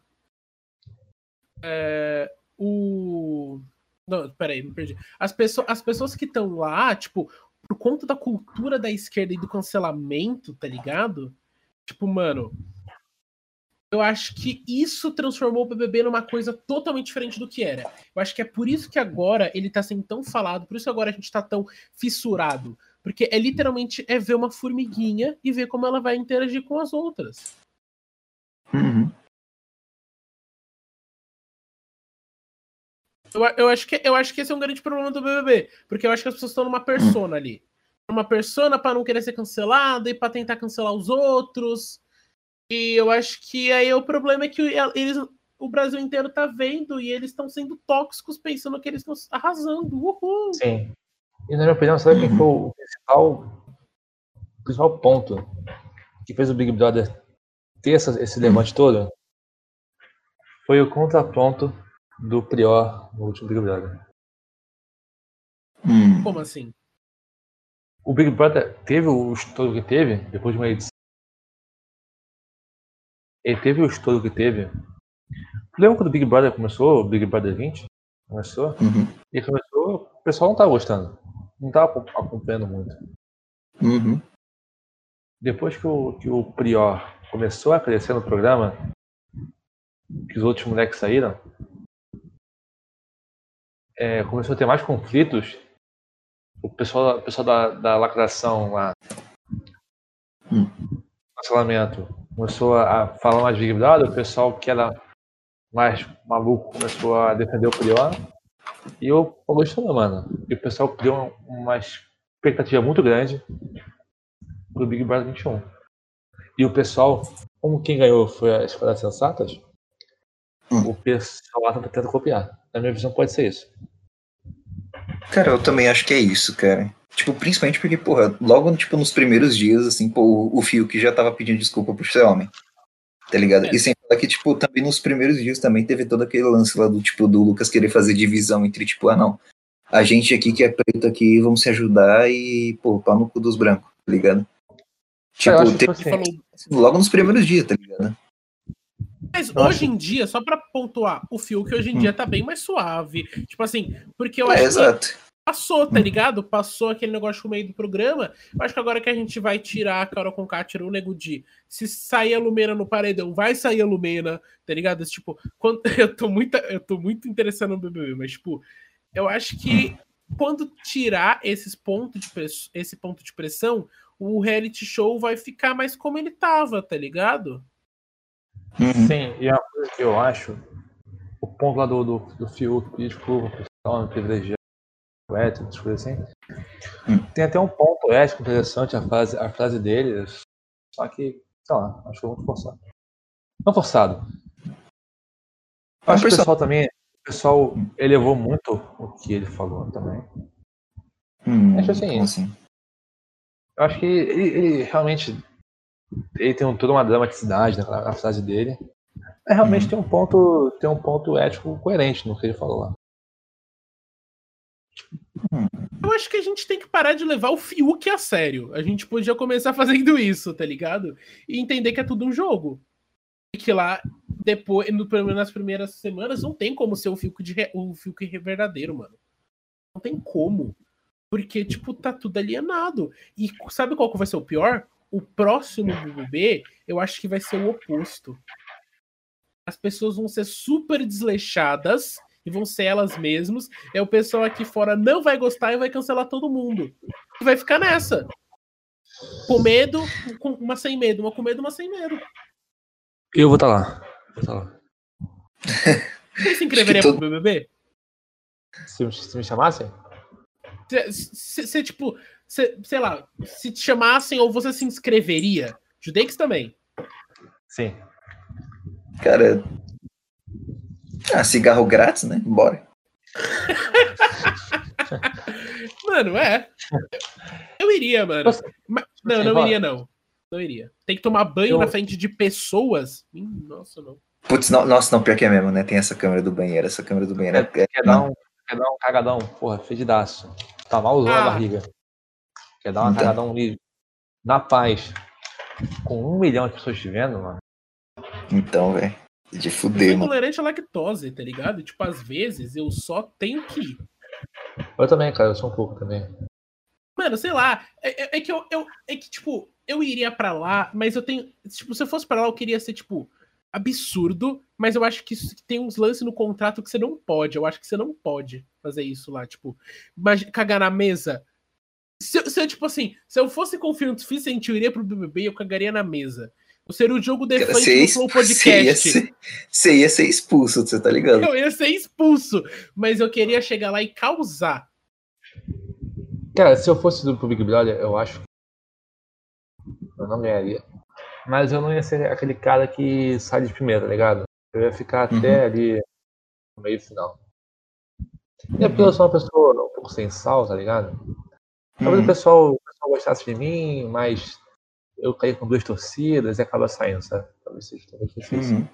não, peraí, me perdi. As pessoas que estão lá, tipo, por conta da cultura da esquerda e do cancelamento, tá ligado? Tipo, mano, eu acho que isso transformou o BBB numa coisa totalmente diferente do que era. Eu acho que é por isso que agora ele tá sendo tão falado, por isso que agora a gente tá tão fissurado. Porque é literalmente ver uma formiguinha e ver como ela vai interagir com as outras. Uhum. Eu acho que esse é um grande problema do BBB. Porque eu acho que as pessoas estão numa persona ali. Uma persona pra não querer ser cancelada e pra tentar cancelar os outros. E eu acho que aí o problema é que o Brasil inteiro tá vendo e eles estão sendo tóxicos pensando que eles estão arrasando. Uhul! Sim. E na minha opinião, sabe quem foi o principal ponto que fez o Big Brother ter esse levante todo? Foi o contraponto do Prior no último Big Brother. Como assim? O Big Brother teve o estouro que teve depois de uma edição. Ele teve o estouro que teve. Lembra quando o Big Brother começou, o Big Brother 20? Começou? E começou, o pessoal não tava gostando. Não tava acompanhando muito. Depois que o Prior começou a crescer no programa, que os outros moleques saíram, começou a ter mais conflitos. O pessoal da lacração lá, cancelamento, começou a falar mais Big Brother. O pessoal que era mais maluco começou a defender o Prior. E eu gostando, mano. E o pessoal criou uma expectativa muito grande pro Big Brother 21. E o pessoal, como quem ganhou foi as Escolas Sensatas, o pessoal lá tá tentando copiar. Na minha visão, pode ser isso. Cara, eu também acho que é isso, cara. Tipo, principalmente porque, porra, logo, tipo, nos primeiros dias, assim, pô, o Fiuk já tava pedindo desculpa por ser homem. Tá ligado? E sem falar que, tipo, também nos primeiros dias também teve todo aquele lance lá do, tipo, do Lucas querer fazer divisão entre, tipo, não, a gente aqui que é preto aqui, vamos se ajudar e, pô, pau no cu dos brancos. tá ligado? Eu acho Tipo, que, tem, assim, Falou. logo nos primeiros dias, tá ligado? Mas Eu hoje acho- em dia, só pra pontuar, o Fiuk hoje em dia tá bem mais suave. Tipo assim, porque eu É, acho que exato. passou, tá ligado? Passou aquele negócio no meio do programa. Eu acho que agora que a gente vai tirar a Carol Conká, tirou o Nego Di. Se sair a Lumena no paredão, vai sair a Lumena, tá ligado? Tipo, quando, eu tô muito interessado no BBB, mas, tipo, eu acho que quando tirar esse ponto de pressão, o reality show vai ficar mais como ele tava, tá ligado? Uhum. Sim, e a coisa que eu acho, o ponto lá do Fiuk, pedir desculpa, pessoal, não privilegiado, hétero, essas coisas assim. Tem até um ponto ético interessante a frase dele, só que, sei lá, acho que foi muito forçado. Não forçado. É um Acho que o personagem. pessoal também, o pessoal elevou muito o que ele falou também. Acho assim, Como assim? eu acho que ele realmente ele tem toda uma dramaticidade na frase dele. Mas realmente tem um ponto ético coerente no que ele falou lá. Eu acho que a gente tem que parar de levar o Fiuk a sério. A gente podia começar fazendo isso, tá ligado? E entender que é tudo um jogo. E que lá, depois, nas primeiras semanas, não tem como ser o Fiuk verdadeiro, mano. Não tem como. Porque, tipo, tá tudo alienado. E sabe qual que vai ser o pior? O próximo BBB, eu acho que vai ser o oposto. As pessoas vão ser super desleixadas e vão ser elas mesmas. É o pessoal aqui fora não vai gostar e vai cancelar todo mundo. E vai ficar nessa. Com medo, uma sem medo, uma com medo, uma sem medo. Eu vou estar lá. Vou estar lá. Você se inscreveria pro BBB? Se me chamassem? Você, tipo, sei lá, se te chamassem ou você se inscreveria? Judex também. Sim. Cara. Cigarro grátis, né? Bora. Mano, é. Eu iria, mano. Mas, não, assim, não iria, não. Não iria. Tem que tomar banho Eu- na frente de pessoas? Nossa, não. Putz, nossa, não, pior que é mesmo, né? Tem essa câmera do banheiro. Essa câmera do banheiro Quer dar um cagadão, porra, fedidaço. Tá malzão na barriga. Quer dar uma Então. cagadão livre. Na paz. Com 1 milhão de pessoas te vendo, mano. Então, velho. De Eu fuder, sou mano. intolerante à lactose, tá ligado? Tipo, às vezes eu só tenho que ir. Eu também, cara, eu sou um pouco também. Mano, sei lá. É que, tipo, eu iria pra lá, mas eu tenho. Tipo, se eu fosse pra lá, eu queria ser, tipo, absurdo, mas eu acho que tem uns lances no contrato que você não pode. Eu acho que você não pode fazer isso lá, tipo, cagar na mesa. Tipo assim, se eu fosse confiante o suficiente, eu iria pro BBB e eu cagaria na mesa. Eu seria o Diogo Defante no Flow Podcast. Você ia ser expulso, você tá ligado? Eu ia ser expulso, mas eu queria chegar lá e causar. Cara, se eu fosse do Big Brother, eu acho que eu não ganharia. Mas eu não ia ser aquele cara que sai de primeira, tá ligado? Eu ia ficar até ali no meio final. E é porque eu sou uma pessoa um pouco sem sal, tá ligado? Talvez o pessoal gostasse de mim, mas eu caí com 2 torcidas e acaba saindo, sabe? Talvez seja isso.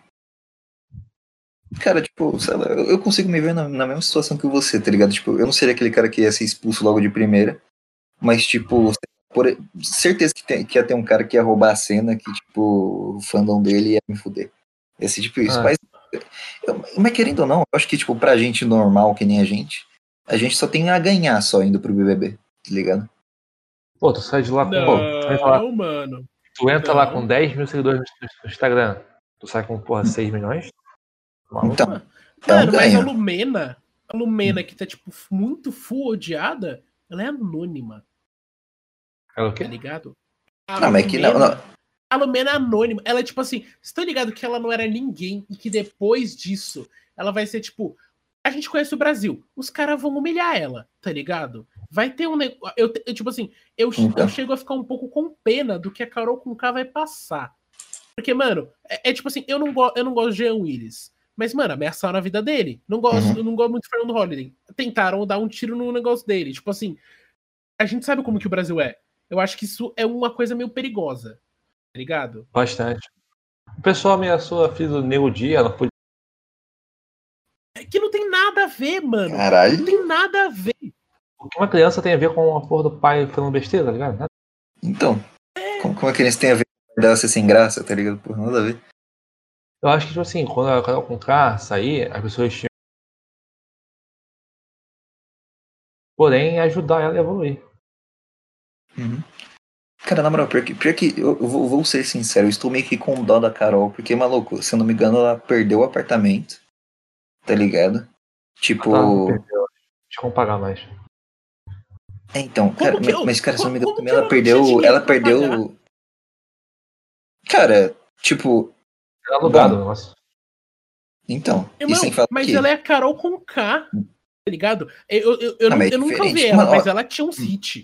Cara, tipo, sei lá, eu consigo me ver na mesma situação que você, tá ligado? Tipo, eu não seria aquele cara que ia ser expulso logo de primeira, mas, tipo, por certeza que ia ter um cara que ia roubar a cena, que, tipo, o fandom dele ia me fuder. Ia ser tipo isso. Mas querendo ou não, eu acho que, tipo, pra gente normal, que nem a gente só tem a ganhar só indo pro BBB, tá ligado? Pô, tu sai de lá com... Não, mano. Tu entra lá com 10 mil seguidores no Instagram, tu sai com, porra, 6 milhões? Maluco, Então, mano, um mas ganho. a Lumena que tá, tipo, muito full odiada, ela é anônima. É o quê? Tá ligado? Não, mas é que não. A Lumena é anônima. Ela é tipo assim, você tá ligado que ela não era ninguém e que depois disso ela vai ser tipo. A gente conhece o Brasil. Os caras vão humilhar ela, tá ligado? Vai ter um negócio. Tipo assim, eu chego a ficar um pouco com pena do que a Carol Conká vai passar. Porque, mano, tipo assim, eu não gosto de Jean Willis. Mas, mano, ameaçaram a vida dele. Eu não gosto muito do Fernando Holliday. Tentaram dar um tiro no negócio dele. Tipo assim, a gente sabe como que o Brasil é. Eu acho que isso é uma coisa meio perigosa. Tá ligado? Bastante. O pessoal ameaçou a filha do Nego Di, ela podia... É que não tem nada a ver, mano. Caralho. Não tem nada a ver. O que uma criança tem a ver com a porra do pai falando besteira, tá ligado? Então, como é que eles têm a ver com dela ser sem graça, tá ligado? Porra, nada a ver. Eu acho que, tipo assim, quando a Carol Conká sair, as pessoas tinham. Porém, ajudar ela a evoluir. Uhum. Cara, na moral, pior que eu vou ser sincero, eu estou meio que com dó da Carol, porque, maluco, se eu não me engano, ela perdeu o apartamento, tá ligado? Tá, não Tipo. perdeu. Deixa eu pagar mais. Então, cara, Como que, mas, cara, se eu não me engano, como também que ela não tinha dinheiro ela pra pagar? perdeu. Cara, tipo, Era alugado o bom, negócio. então, e sem Irmão, falar mas ela que. é a Carol com K, tá ligado? Não, mas é Eu nunca vi diferente. ela, Mano, mas ó. ela tinha uns hits.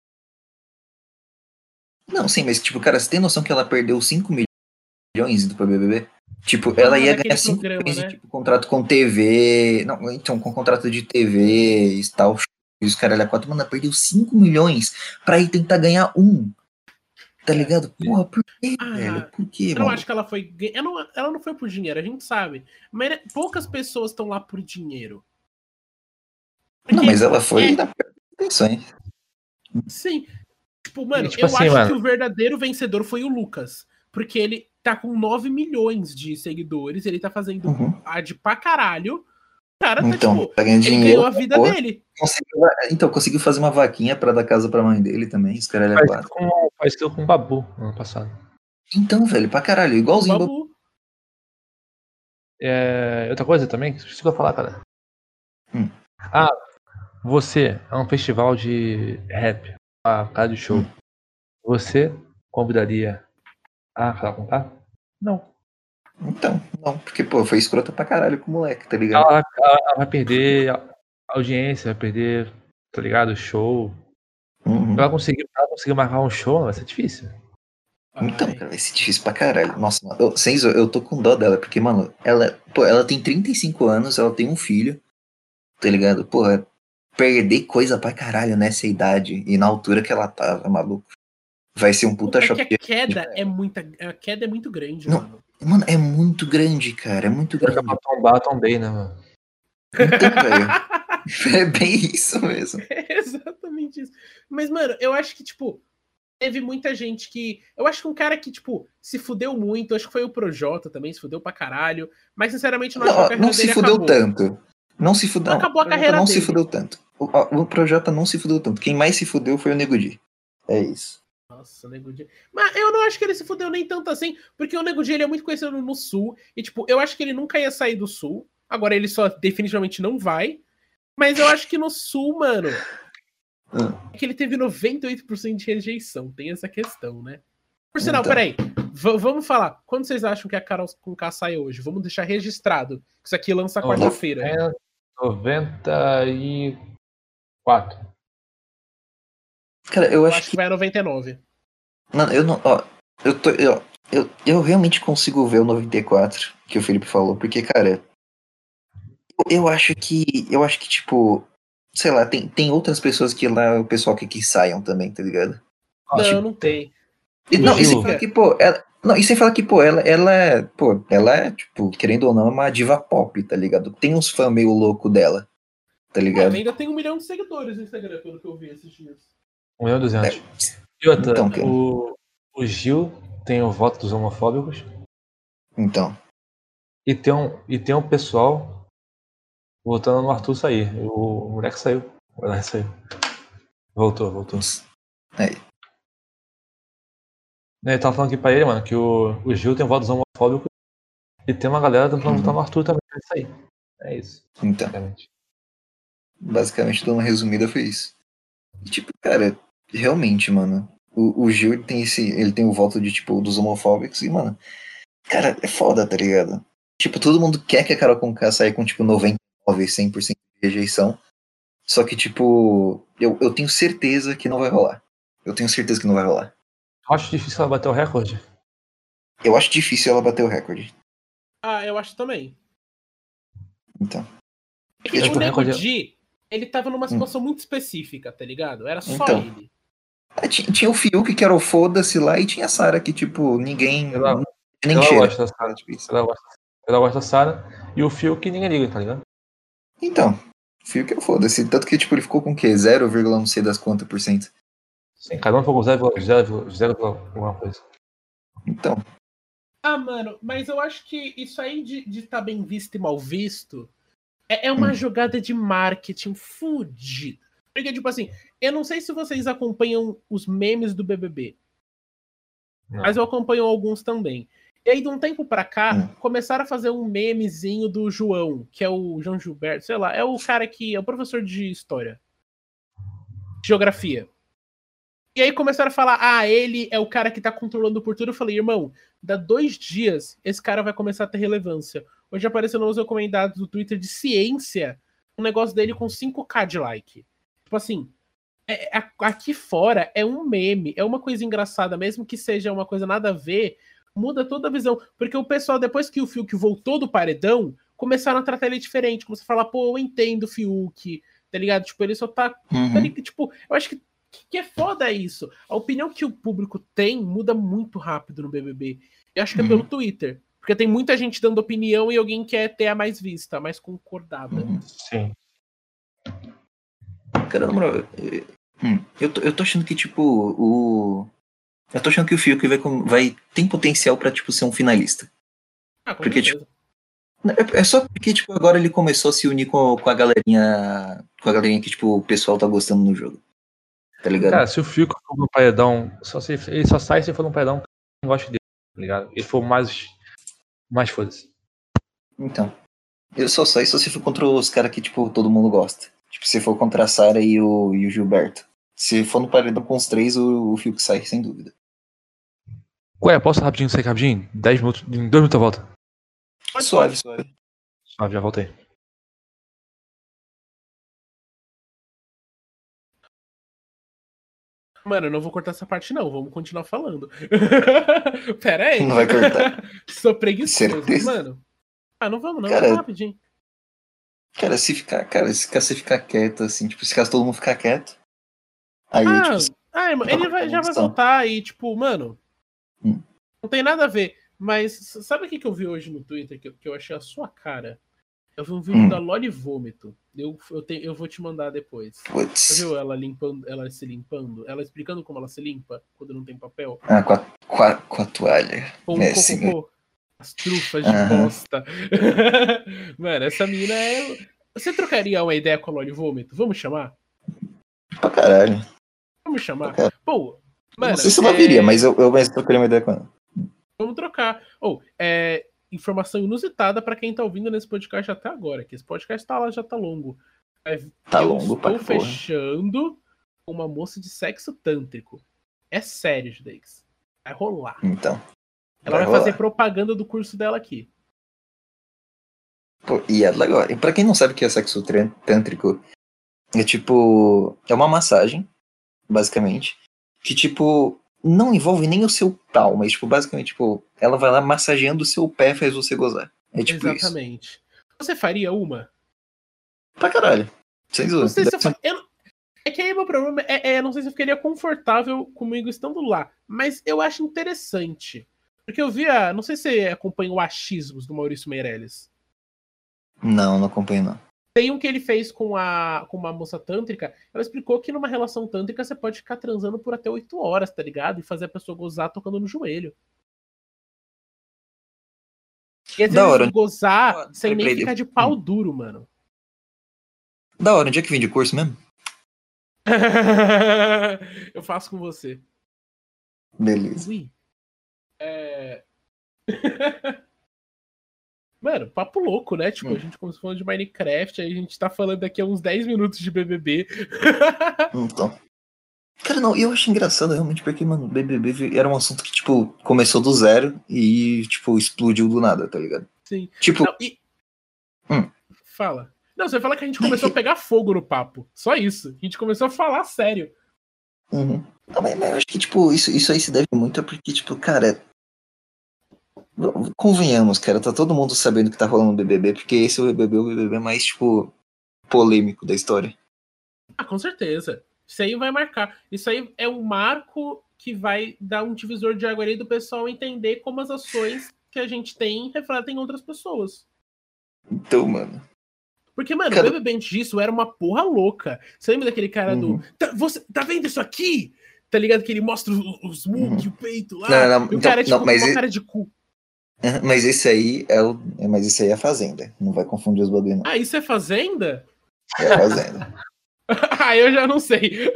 Não, sim, mas, tipo, cara, você tem noção que ela perdeu 5 milhões indo pra BBB? Tipo, ela Ah, ia naquele ganhar 5 programa, milhões de, né? tipo, contrato com TV. Não, então, com contrato de TV e tal. E os caras, 4, mano, ela perdeu 5 milhões pra ir tentar ganhar um. Tá É. ligado? Porra, por quê, velho? Ah, Por quê, eu não acho mano? que ela foi. Ela não foi por dinheiro, a gente sabe. Mas poucas pessoas estão lá por dinheiro. Não, mas Porque, ela foi na pior das intenções. sim. Tipo, E mano, tipo eu assim, acho que mano. o verdadeiro vencedor foi o Lucas. Porque ele tá com 9 milhões de seguidores, ele tá fazendo Uhum. ad pra caralho. O cara tá, Então, tipo, tá ganhando ele dinheiro, ganhou a vida porra. dele. Conseguiu fazer uma vaquinha pra dar casa pra mãe dele também, os caras quatro. Faz isso com o Babu no ano passado. Então, velho, pra caralho, O igualzinho. Babu. Outra coisa também, que eu falar, cara. Hum. Ah, você é um festival de rap, a casa de show. Você convidaria a Carol Conká? Não. Então, não, porque, pô, foi escrota pra caralho com o moleque, tá ligado? Ela vai perder a audiência, vai perder, tá ligado? Show. Uhum. Ela conseguir marcar um show, vai ser difícil. Então, Ai. cara, vai ser difícil pra caralho. Nossa, mano, Senzo, eu tô com dó dela, porque, mano, ela tem 35 anos, ela tem um filho, tá ligado? Porra, perder coisa pra caralho nessa idade e na altura que ela tava, maluco. Vai ser um puta É que choque. a queda é muito grande, Não, mano. mano, é muito grande, cara, é muito Agora que é grande. pra tombar, tombei, né, mano? Então, velho, é bem isso mesmo. É exatamente isso. Mas, mano, eu acho que, tipo, teve muita gente que. Eu acho que um cara que, tipo, se fudeu muito, acho que foi o Projota também, se fudeu pra caralho. Mas, sinceramente, eu não acho que a Não, carreira não se dele fudeu acabou. tanto. Não se fudeu. Não, o Acabou a Projota carreira não se dele. fudeu tanto. O Projota não se fudeu tanto. Quem mais se fudeu foi o Nego Di. É isso. Nossa, o Nego Di. Mas eu não acho que ele se fudeu nem tanto assim, porque o Nego Di ele é muito conhecido no Sul. E, tipo, eu acho que ele nunca ia sair do Sul. Agora ele só definitivamente não vai. Mas eu acho que no Sul, mano, é que ele teve 98% de rejeição. Tem essa questão, né? Por sinal, Então. peraí. Vamos falar. Quando vocês acham que a Carol com K sai hoje? Vamos deixar registrado. Isso aqui lança quarta-feira. 94. Cara, eu Eu acho acho que que. vai a 99. Não, eu não. Ó, eu realmente consigo ver o 94 que o Felipe falou, porque, cara, eu acho que. Eu acho que, tipo. Sei lá, tem outras pessoas que lá o pessoal que saiam também, tá ligado? Ó, Não, Tipo, não tem. O não, e sem Gil. falar Música. que, pô, ela. Não, e sem falar que, pô, ela é, tipo, querendo ou não, é uma diva pop, tá ligado? Tem uns fãs meio louco dela, tá Ela ligado? ainda tem 1 milhão de seguidores no Instagram, pelo que eu vi esses dias. 1.200.000. É, E outra, então, cara. o Gil tem o voto dos homofóbicos Então. e tem um pessoal votando no Arthur sair. O moleque saiu. O moleque saiu. Voltou. Aí. Ele tava falando aqui pra ele, mano, que o Gil tem um voto dos homofóbicos e tem uma galera tentando votar no Arthur também pra ele sair. É isso. Então. Basicamente, dando uma resumida, foi isso. E, tipo, cara, realmente, mano, o Gil ele tem o voto de, tipo, dos homofóbicos e, mano, cara, é foda, tá ligado? Tipo, todo mundo quer que a Carol Conká saia com, tipo, 99, 100% de rejeição. Só que, tipo, eu tenho certeza que não vai rolar. Eu tenho certeza que não vai rolar. Eu acho difícil ela bater o recorde. Eu acho difícil ela bater o recorde. Ah, eu acho também. Então. É que Eu acho o que o Nego recorde Di, ele tava numa situação muito específica, tá ligado? Era só Então. ele. Tinha o Fiuk, que era o foda-se lá, e tinha a Sarah, que, tipo, ninguém. Nem Ela cheira. gosta da Sarah. Tipo isso. Ela gosta da Sarah. E o Phil que ninguém liga, tá ligado? Então, Fiuk é o foda-se. Tanto que, tipo, ele ficou com o quê? 0, não sei das quantas por cento. Sim, cada um foi com 0,0 alguma coisa. Então, Ah, mano, mas eu acho que isso aí de estar bem visto e mal visto é uma jogada de marketing fudida. Porque, tipo assim, eu não sei se vocês acompanham os memes do BBB, Não. mas eu acompanho alguns também. E aí, de um tempo pra cá, começaram a fazer um memezinho do João, que é o João Gilberto, sei lá, é o cara que é o professor de história, geografia. E aí começaram a falar, ele é o cara que tá controlando por tudo. Eu falei, irmão, dá 2 dias, esse cara vai começar a ter relevância. Hoje apareceu nos recomendados do Twitter de ciência, um negócio dele com 5k de like. Tipo assim, aqui fora é um meme, é uma coisa engraçada, mesmo que seja uma coisa nada a ver, muda toda a visão. Porque o pessoal, depois que o Fiuk voltou do paredão, começaram a tratar ele diferente. Começaram a falar, pô, eu entendo o Fiuk, tá ligado? Tipo, ele só tá tipo, eu acho que é foda isso. A opinião que o público tem muda muito rápido no BBB. Eu acho que é pelo Twitter. Porque tem muita gente dando opinião e alguém quer ter a mais vista, a mais concordada. Sim. Cara, na moral, eu tô achando que, tipo, eu tô achando que o Fiuk tem potencial pra, tipo, ser um finalista. Com porque, certeza. Tipo, é só porque, tipo, agora ele começou a se unir com a galerinha. Com a galerinha que, tipo, o pessoal tá gostando no jogo. Tá ligado? Cara, se o Fico for no paredão, ele só sai se for no paredão que não gosta dele, tá ligado? Ele for mais foda-se. Então. Eu só saio se for contra os caras que, tipo, todo mundo gosta. Tipo, se for contra a Sarah e o Gilberto. Se for no paredão com os 3, o Fiuk sai, sem dúvida. Ué, posso rapidinho sair rapidinho? 10 minutos, em 2 minutos eu volto. Suave. Já voltei. Mano, eu não vou cortar essa parte, não. Vamos continuar falando. Pera aí. Não vai cortar. Sou preguiçoso. Certeza. Mano. Não vamos não. Cara, Vamos rapidinho. Cara, se você ficar quieto, assim, tipo, se caso todo mundo ficar quieto. Aí, tipo. Irmão, ele já vai voltar e, tipo, mano. Não tem nada a ver. Mas sabe o que eu vi hoje no Twitter que eu achei a sua cara? Eu vi um vídeo da Loli Vômito. Eu vou te mandar depois. Putz. Você viu ela se limpando? Ela explicando como ela se limpa quando não tem papel? Com a toalha. Com cocô. As trufas de bosta. Mano, essa mina é. Você trocaria uma ideia com a Loli Vômito? Vamos chamar? Pra caralho. Vamos chamar? Pô, mano. Não sei se ela viria, mas eu trocaria uma ideia com ela. Vamos trocar. Informação inusitada pra quem tá ouvindo nesse podcast até agora, que esse podcast já tá longo. Eu estou fechando com uma moça de sexo tântrico. É sério, Judeix. Vai rolar. Então. Ela vai fazer propaganda do curso dela aqui. Pô, e é legal. E pra quem não sabe o que é sexo tântrico, é tipo. É uma massagem, basicamente. Que, tipo, não envolve nem o seu pau, mas, tipo, basicamente, tipo, ela vai lá massageando o seu pé e faz você gozar. É tipo Exatamente. isso. Você faria uma? Pra caralho. Sem dúvida. Não sei se é que aí meu problema não sei se eu ficaria confortável comigo estando lá. Mas eu acho interessante. Porque eu via. Não sei se você acompanha o Achismos do Maurício Meirelles. Não acompanho, não. Tem um que ele fez com uma moça tântrica. Ela explicou que numa relação tântrica você pode ficar transando por até 8 horas, tá ligado? E fazer a pessoa gozar tocando no joelho. E às vezes gozar sem nem ficar de pau duro, mano. Da hora, onde é que vende curso mesmo? Eu faço com você. Beleza. Mano, papo louco, né? Tipo, a gente começou falando de Minecraft, aí a gente tá falando daqui a uns 10 minutos de BBB. Então. Cara, não, eu acho engraçado realmente porque, mano, BBB era um assunto que, tipo, começou do zero e, tipo, explodiu do nada, tá ligado? Sim. Tipo. Não, Fala. Não, você fala que a gente começou a pegar fogo no papo. Só isso. A gente começou a falar sério. Não, mas eu acho que, tipo, isso aí se deve muito porque, tipo, cara. Convenhamos, cara, tá todo mundo sabendo que tá rolando no BBB, porque esse é o BBB mais, tipo, polêmico da história. Com certeza. Isso aí vai marcar. Isso aí é um marco que vai dar um divisor de água ali do pessoal entender como as ações que a gente tem refletem outras pessoas. Então, mano. Porque, mano, o BBB antes disso era uma porra louca. Você lembra daquele cara do... Você tá vendo isso aqui? tá ligado? Que ele mostra os muque, o peito lá. Não, e o cara é tipo não, mas com uma cara de cu. Mas esse aí mas esse aí é a Fazenda. Não vai confundir os bagulho, não. Ah, isso é Fazenda? É a Fazenda. Ah, eu já não sei.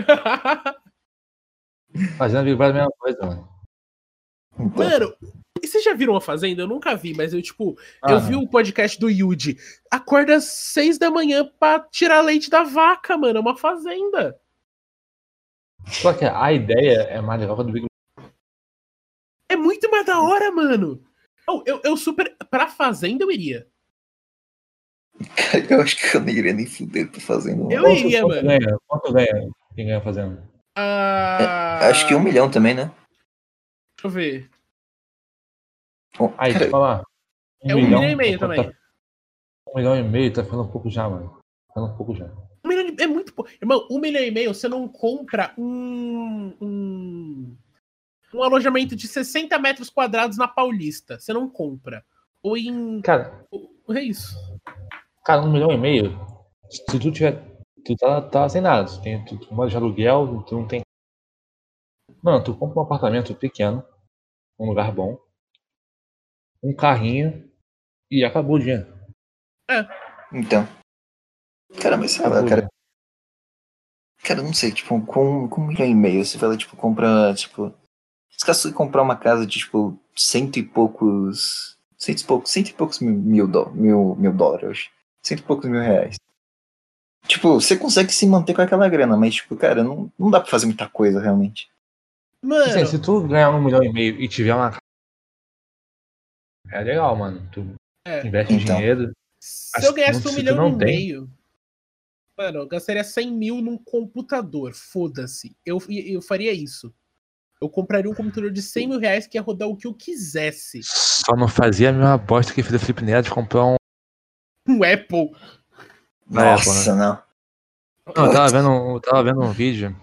Fazenda Big Brother é a mesma coisa, mano. Então, Mano, e vocês já viram a Fazenda? Eu nunca vi, mas eu vi o podcast do Yuji. Acorda às 6 da manhã pra tirar leite da vaca, mano. É uma fazenda. Só que a ideia é mais legal que a do Big Brother. É muito mais da hora, mano. Eu super. Pra Fazenda eu iria. cara, eu acho que eu não iria nem fuder pra Fazenda. Eu iria, mano. Quanto ganha quem ganha fazendo? Acho que 1 milhão também, né? Deixa eu ver. Bom, Aí, cara, deixa eu falar. É 1,5 milhão também. 1,5 milhão tá ficando um pouco já, mano. Tá ficando um pouco já. 1 milhão é muito pouco. Irmão, 1,5 milhão você não compra um alojamento de 60 metros quadrados na Paulista. Você não compra. Ou em. Cara, É isso. cara, 1,5 milhão. Se tu tiver. Tu tá sem nada. Tu mora de aluguel, tu não tem. Mano, tu compra um apartamento pequeno, um lugar bom, um carrinho e acabou o dinheiro. então. Cara, mas sei lá, cara. Cara, não sei, tipo, com 1,5 milhão, você vai, tipo, comprar, tipo. Se você comprar uma casa de, tipo, cento e poucos mil dólares, eu acho. Cento e poucos mil reais. Tipo, você consegue se manter com aquela grana, mas, tipo, cara, não dá pra fazer muita coisa, realmente. Assim, Mano, se tu ganhar 1,5 milhão e tiver uma casa, é legal, mano. Tu investe Então. dinheiro. se eu ganhasse Se 1,5 tu não milhão, mano, eu gastaria 100 mil num computador. Foda-se. Eu faria isso. Eu compraria um computador de 100 mil reais que ia rodar o que eu quisesse. Só não fazia a mesma aposta que fez o Felipe Neto de comprar um. Um Apple. Nossa, Apple, não. Não, eu tava vendo um vídeo.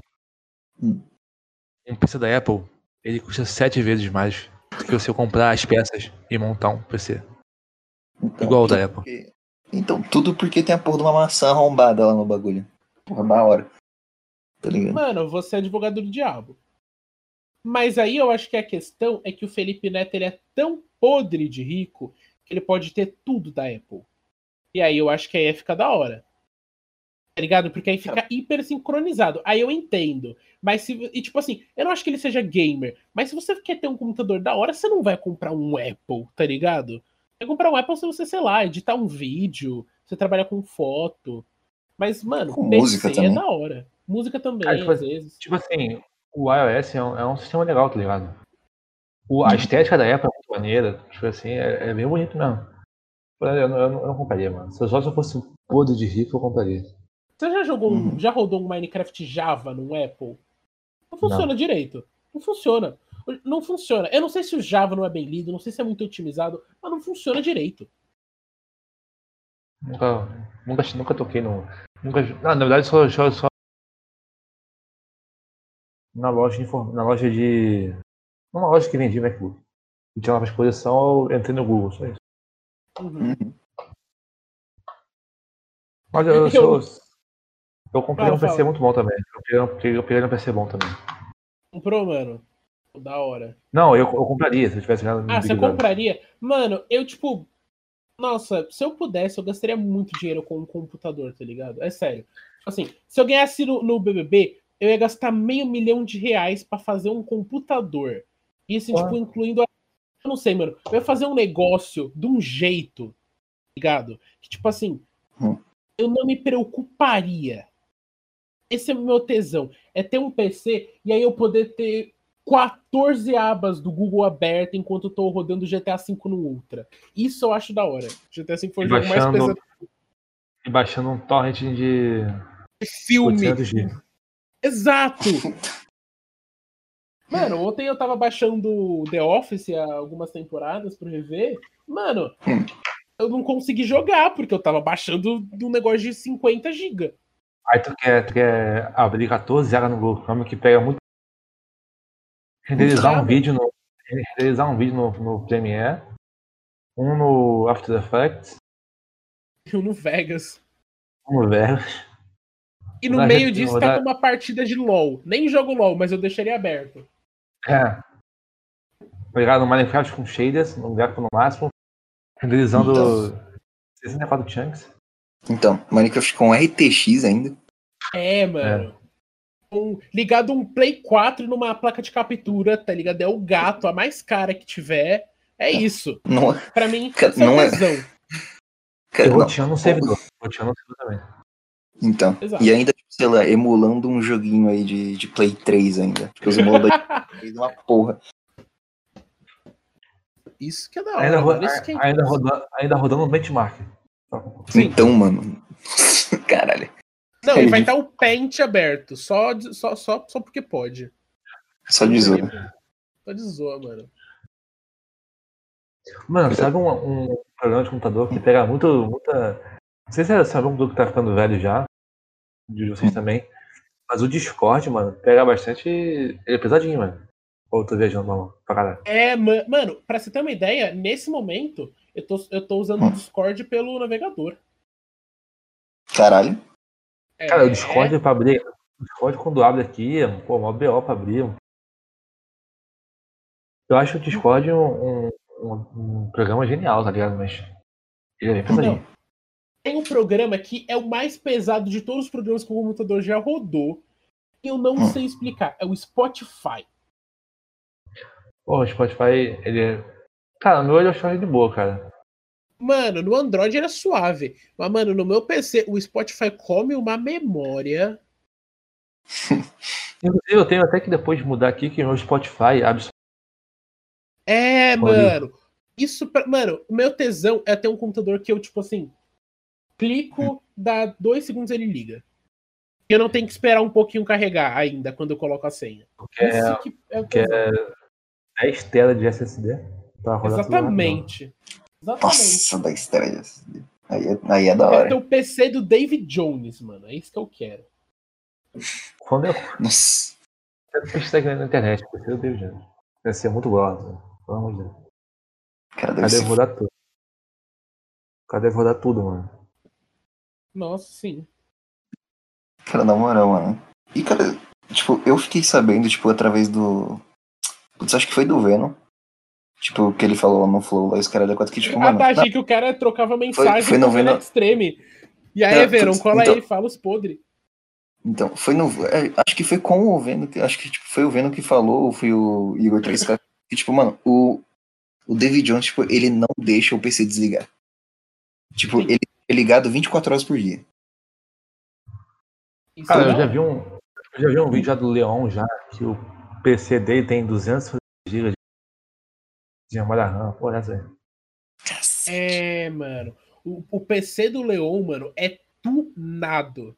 Um PC da Apple, ele custa 7 vezes mais do que se eu comprar as peças e montar um PC. Então, Igual o da Apple. Então, tudo porque tem a porra de uma maçã arrombada lá no bagulho. Porra, da hora. Tá ligado? Mano, você é advogado do diabo. Mas aí eu acho que a questão é que o Felipe Neto ele é tão podre de rico que ele pode ter tudo da Apple. E aí eu acho que aí fica da hora. Tá ligado? Porque aí fica hiper sincronizado. Aí eu entendo. Mas e tipo assim, eu não acho que ele seja gamer. Mas se você quer ter um computador da hora, você não vai comprar um Apple, tá ligado? Vai comprar um Apple se você, sei lá, editar um vídeo, você trabalhar com foto. Mas, mano, Com PC música também. é da hora. Música também, Cara, às vezes. tipo assim, o iOS é um sistema legal, tá ligado? A estética da Apple é muito maneira. Tipo assim, é bem bonito mesmo. Eu não compraria, mano. Se eu fosse podre de rico, eu compraria. Você já rodou um Minecraft Java no Apple? Não funciona Não. direito. Não funciona. Não funciona. Eu não sei se o Java não é bem lido, não sei se é muito otimizado, mas não funciona direito. Nunca toquei no. Na verdade, só na loja de. Numa loja que vendia MacBook. E tinha lá pra exposição, eu entrei no Google, só isso. Uhum. Mas eu comprei um PC muito bom também. Eu peguei um PC bom também. Comprou, mano? Da hora. Não, eu compraria se eu tivesse ganhado no Ah, Big você Brother. compraria? Mano, eu tipo. Nossa, se eu pudesse, eu gastaria muito dinheiro com um computador, tá ligado? É sério. Assim, se eu ganhasse no BBB, eu ia gastar R$500.000 pra fazer um computador. Isso, tipo, incluindo. Eu não sei, mano. Eu ia fazer um negócio de um jeito, tá ligado? Que, tipo assim, eu não me preocuparia. Esse é o meu tesão. É ter um PC e aí eu poder ter 14 abas do Google aberta enquanto eu tô rodando GTA V no Ultra. Isso eu acho da hora. GTA V foi o jogo mais pesado. E baixando um torrent de Filme. 800 GB. Exato! Mano, ontem eu tava baixando The Office há algumas temporadas pra rever. Mano, eu não consegui jogar porque eu tava baixando um negócio de 50 GB. Aí tu quer abrir 14 horas no Google Chrome que pega muito. Renderizar um vídeo no Premiere, um no After Effects, Eu no Vegas. um no Vegas. E no meio disso tá com uma partida de LoL. Nem jogo LoL, mas eu deixaria aberto. Pegar no Minecraft com shaders, no gráfico no máximo, renderizando 64 chunks. Então, Minecraft com RTX ainda. Mano. Ligado um Play 4 numa placa de captura, tá ligado? É o gato, a mais cara que tiver. É isso. Não, pra mim, não é tesão. E roteando no servidor. Roteando no servidor também. Então, Exato. E ainda, sei lá, emulando um joguinho aí de Play 3 ainda. Tipo, os emuladores de uma porra. Isso que é da hora, mano. Isso que é ainda rodando no benchmark. Sim. Então, mano. Caralho. Não, e vai estar o Paint aberto. Só porque pode. Só de zoa. Só de zoa, mano. Mano, sabe um programa de computador que pega muita. Não sei se é um computador que tá ficando velho já. De vocês também. Mas o Discord, mano, pega bastante. Ele é pesadinho, mano. Ou eu tô viajando, mano, pra caralho. Mano, pra você ter uma ideia, nesse momento, eu tô usando o Discord pelo navegador. Caralho. Cara, o Discord pra abrir. O Discord quando abre aqui, pô, uma BO pra abrir. Eu acho o Discord um programa genial, tá ligado? Mas ele é bem pesadinho. Não. Tem um programa que é o mais pesado de todos os programas que o computador já rodou. E eu não sei explicar. É o Spotify. Pô, o Spotify, ele é... Cara, no meu olho eu acho ele de boa, cara. Mano, no Android era suave. Mas, mano, no meu PC, o Spotify come uma memória. Inclusive, eu tenho até que depois de mudar aqui, que o meu Spotify abre... Mano. Mano, o meu tesão é ter um computador que eu, tipo assim, clico, dá 2 segundos ele liga. E eu não tenho que esperar um pouquinho carregar ainda, quando eu coloco a senha. Isso que é o tesão. 10 telas de SSD. Pra rodar Exatamente. Nossa, 10 telas de SSD. Aí é da hora. Quero ter o PC do David Jones, mano. É isso que eu quero. Quando eu... Nossa. Eu pesquisei na internet, porque eu Deus, gente. Deve ser muito gordo. Pelo amor de Deus. Cara, Cadê rodar tudo? Cadê rodar tudo, mano? Nossa, sim. Cara, na moral, mano. E, cara, tipo, eu fiquei sabendo, tipo, através do... Putz, acho que foi do Venom. Tipo, que ele falou lá no Flow, lá, os caras da 4 que, tipo, mano... Achei que o cara trocava mensagem foi com no o Venom Venom... Extreme. E aí, Venom, cola então... aí, fala os podres. Então, foi no... acho que foi com o Venom, acho que tipo, foi o Venom que falou, ou foi o Igor 3K, que, tipo, mano, o David Jones, tipo, ele não deixa o PC desligar. Tipo, Sim. ele é ligado 24 horas por dia. Cara, eu já vi um vídeo já do Leon, já, que o PC dele tem 200 GB de memória RAM. Pô, essa aí. Mano. O PC do Leon, mano, é tunado.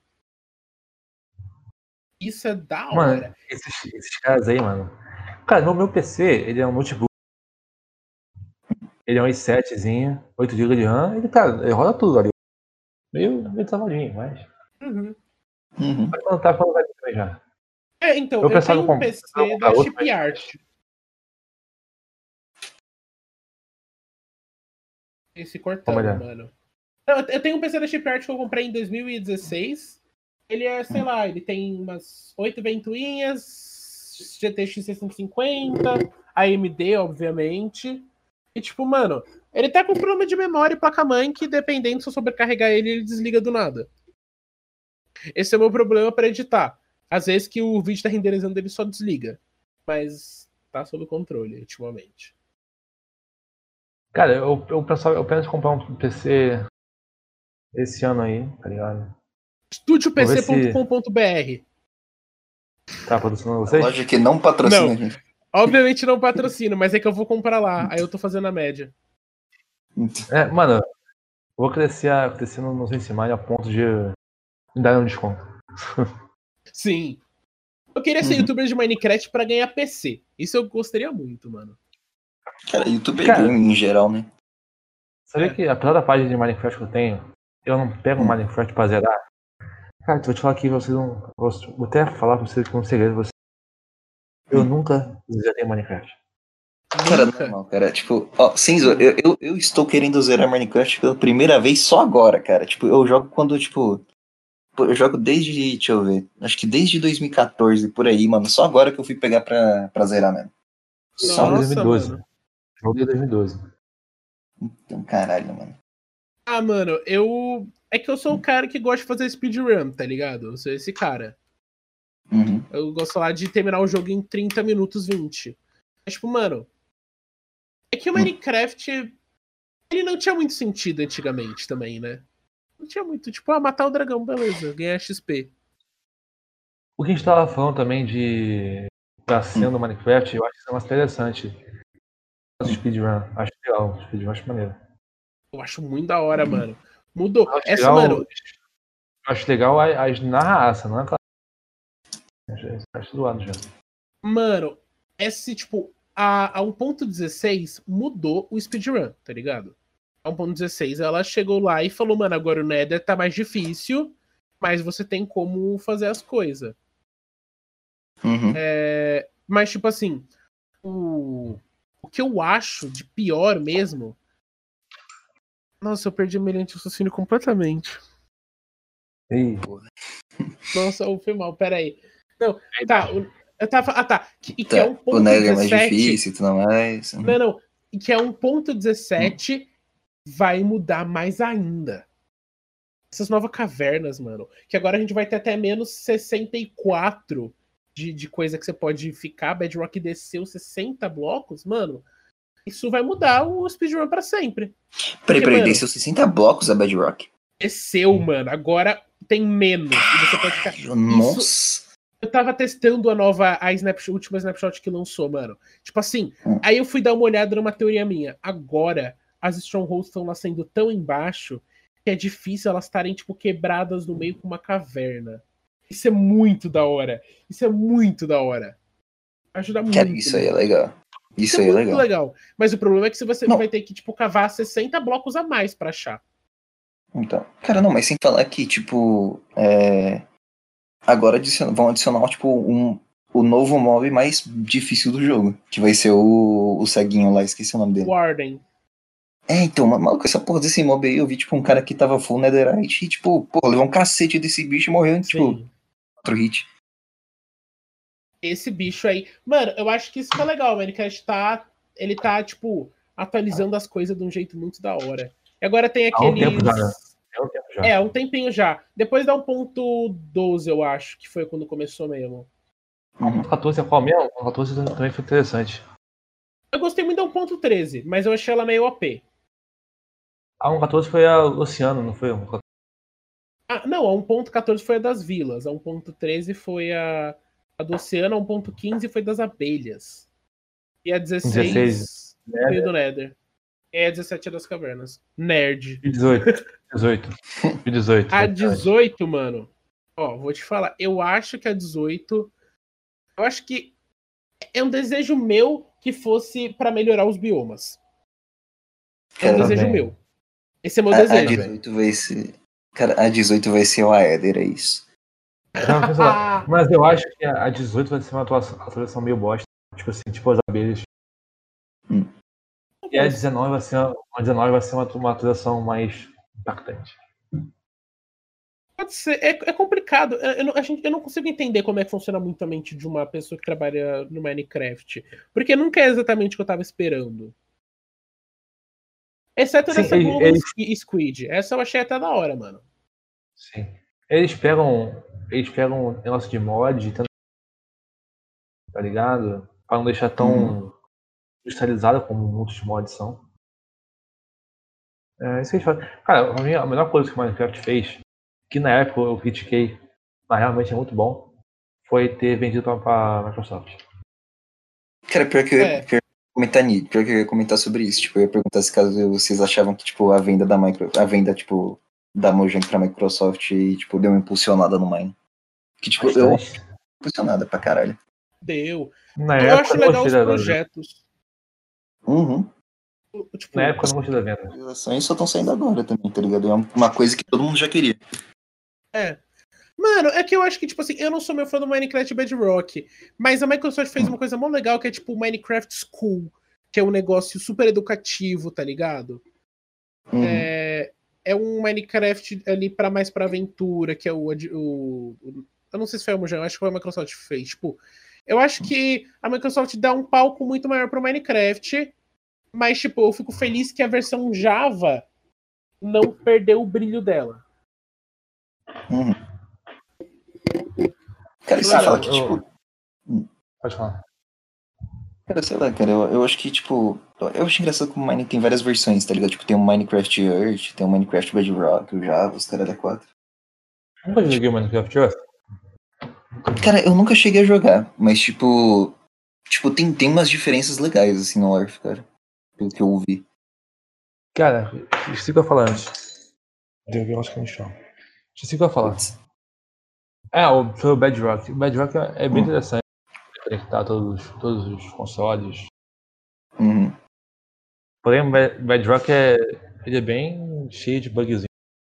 Isso é da hora. Mano, esses caras aí, mano. Cara, no meu PC, ele é um notebook. Ele é um i7zinho, 8 GB de RAM. Ele, cara, ele roda tudo ali. Meio travadinho, mas... Mas quando tá falando vai também já. Então, eu tenho um PC da Chip Art. Esse cortando, mano. Não, eu tenho um PC da Chip Art que eu comprei em 2016. Ele é, sei lá, ele tem umas 8 ventoinhas, GTX 650, AMD, obviamente. E tipo, mano, ele tá com problema de memória e placa-mãe que, dependendo se eu sobrecarregar ele desliga do nada. Esse é o meu problema pra editar. Às vezes que o vídeo tá renderizando, ele só desliga. Mas tá sob controle, ultimamente. Cara, eu penso em comprar um PC esse ano aí, tá ligado? Estudiopc.com.br. Tá patrocinando vocês? Loja que não patrocina a gente. Obviamente não patrocina, mas é que eu vou comprar lá. Aí eu tô fazendo a média. Mano, eu vou crescer no Sensimine a ponto de me dar um desconto. Sim. Eu queria ser youtuber de Minecraft pra ganhar PC. Isso eu gostaria muito, mano. Cara, youtuber game em geral, né? Sabia que apesar da página de Minecraft que eu tenho, eu não pego o Minecraft pra zerar? Cara, eu vou te falar aqui, vocês não... Vou até falar pra vocês com um segredo. Eu nunca zerei Minecraft. Cara, normal, cara. Tipo, ó, Cinzo, eu estou querendo zerar Minecraft pela primeira vez só agora, cara. Tipo, eu jogo quando, tipo... Pô, eu jogo desde, deixa eu ver, acho que desde 2014, por aí, mano. Só agora que eu fui pegar pra zerar mesmo. Só Nossa, 2012. mano. Joguei 2012. então, caralho, mano. Ah, mano, é que eu sou o cara que gosta de fazer speedrun, tá ligado? Eu sou esse cara. Uhum. Eu gosto lá de terminar o jogo em 30 minutos 20. Mas, tipo, mano, é que o Minecraft, ele não tinha muito sentido antigamente também, né? Não tinha muito, tipo, matar o dragão, beleza, ganhar XP. O que a gente tava falando também de pra cena do Minecraft, eu acho isso mais interessante. Speedrun, acho legal. Speedrun acho maneiro. Eu acho muito da hora, mano. Mudou. Eu acho Essa, legal, mano, eu acho legal as na raça, não é claro. Acho zoado já. mano, esse, tipo, a 1.16 mudou o speedrun, tá ligado? A 1.16 ela chegou lá e falou, mano, agora o Nether tá mais difícil, mas você tem como fazer as coisas. Uhum. Mas, tipo assim, o que eu acho de pior mesmo. Nossa, eu perdi meu lente de raciocínio completamente. E Nossa, foi mal, peraí. Não, tá, eu tava. Ah, tá. E que é Tá. O Nether é mais 1.17. difícil e tudo mais. Não, não. E que é 1.17 vai mudar mais ainda. Essas novas cavernas, mano. Que agora a gente vai ter até menos 64 de coisa que você pode ficar. Bedrock desceu 60 blocos, mano. Isso vai mudar o speedrun pra sempre. Porque, Peraí, mano, desceu 60 blocos a Bedrock. desceu, mano. Agora tem menos. E você pode ficar. Isso. Nossa. Eu tava testando a última snapshot que lançou, mano. Tipo assim, aí eu fui dar uma olhada numa teoria minha. Agora, as strongholds estão nascendo tão embaixo que é difícil elas estarem, tipo, quebradas no meio com uma caverna. Isso é muito da hora. Isso é muito da hora. Ajuda muito. Cara, isso aí é legal. Isso aí é muito legal. legal. Mas o problema é que você Não. vai ter que, tipo, cavar 60 blocos a mais pra achar. Então, cara, não, mas sem falar que, tipo, agora vão adicionar, tipo, o novo mob mais difícil do jogo, que vai ser o ceguinho lá, esqueci o nome dele. Warden. Então, maluco, essa porra desse mob aí, eu vi, tipo, um cara que tava full netherite e, tipo, pô, levou um cacete desse bicho e morreu em, tipo, Sim. 4 hits. Esse bicho aí. Mano, eu acho que isso que é legal. O Minecraft ele tá, tipo, atualizando as coisas de um jeito muito da hora. E agora tem Há um tempo aqueles. já, né? Há um tempo já. Há um tempinho já. Depois da 1.12, eu acho, que foi quando começou mesmo. O 14 é qual mesmo? O 14 também foi interessante. Eu gostei muito da 1.13, mas eu achei ela meio OP. A 1.14 foi a Oceano, não foi? Ah, não, a 1.14 foi a das vilas. A 1.13 foi a do oceano. A 1.15 foi das abelhas. E a 16 foi a do Nether. E a 17 é das cavernas. Nerd. E 18. 18. A 18, mano. Ó, vou te falar. Eu acho que a 18. Eu acho que é um desejo meu que fosse pra melhorar os biomas. É um desejo meu. Esse é meu desejo. A 18 vai ser. Cara, a 18 vai ser o Aether, é isso. Não, mas eu acho que a 18 vai ser uma atualização meio bosta. Tipo assim, tipo as abelhas. E a 19 vai ser uma atualização mais impactante. Pode ser. É complicado. Eu não consigo entender como é que funciona muito a mente de uma pessoa que trabalha no Minecraft. Porque nunca é exatamente o que eu tava esperando. Exceto nessa Global Squid. Essa eu achei até da hora, mano. Sim. Eles pegam um negócio de mod, tá ligado? Pra não deixar tão cristalizado como muitos mods são. É isso que eles fazem. Cara, a melhor coisa que o Minecraft fez, que na época eu critiquei, mas realmente é muito bom, foi ter vendido pra Microsoft. Cara, pior que eu ia comentar sobre isso. Tipo, eu ia perguntar se caso vocês achavam que, tipo, a venda tipo, da Mojang pra Microsoft e, tipo, deu uma impulsionada no Mine. Que, tipo, eu impulsionada pra caralho. Deu. Na eu época, acho legal os projetos. Tipo, na época eu não gostei da venda. As ações só estão saindo agora também, tá ligado? É uma coisa que todo mundo já queria. Mano, é que eu acho que, tipo assim, eu não sou meu fã do Minecraft Bedrock, mas a Microsoft fez uma coisa mó legal, que é tipo o Minecraft School, que é um negócio super educativo, tá ligado? é um Minecraft ali mais pra aventura, que é eu não sei se foi a Mojang, acho que foi a Microsoft que fez. Tipo, eu acho que a Microsoft dá um palco muito maior pro Minecraft, mas, tipo, eu fico feliz que a versão Java não perdeu o brilho dela. Cara, você fala que, Pode falar. Cara, sei lá, cara, eu acho que, tipo, eu acho engraçado como o Mine tem várias versões, tá ligado? Tipo, tem o Minecraft Earth, tem o Minecraft Bedrock, o Java, os caras da 4. Nunca joguei Minecraft Earth. Cara, eu nunca cheguei a jogar, mas, tipo tem umas diferenças legais, assim, no Earth, cara, pelo que eu ouvi. Cara, esqueci o que eu ia falar antes. Deu um negócio aqui no chão. Esqueci o que eu ia falar. Putz. Foi o Bedrock. O Bedrock é bem interessante. Conectar todos os consoles. Uhum. Porém, o Bedrock ele é bem cheio de bugzinho.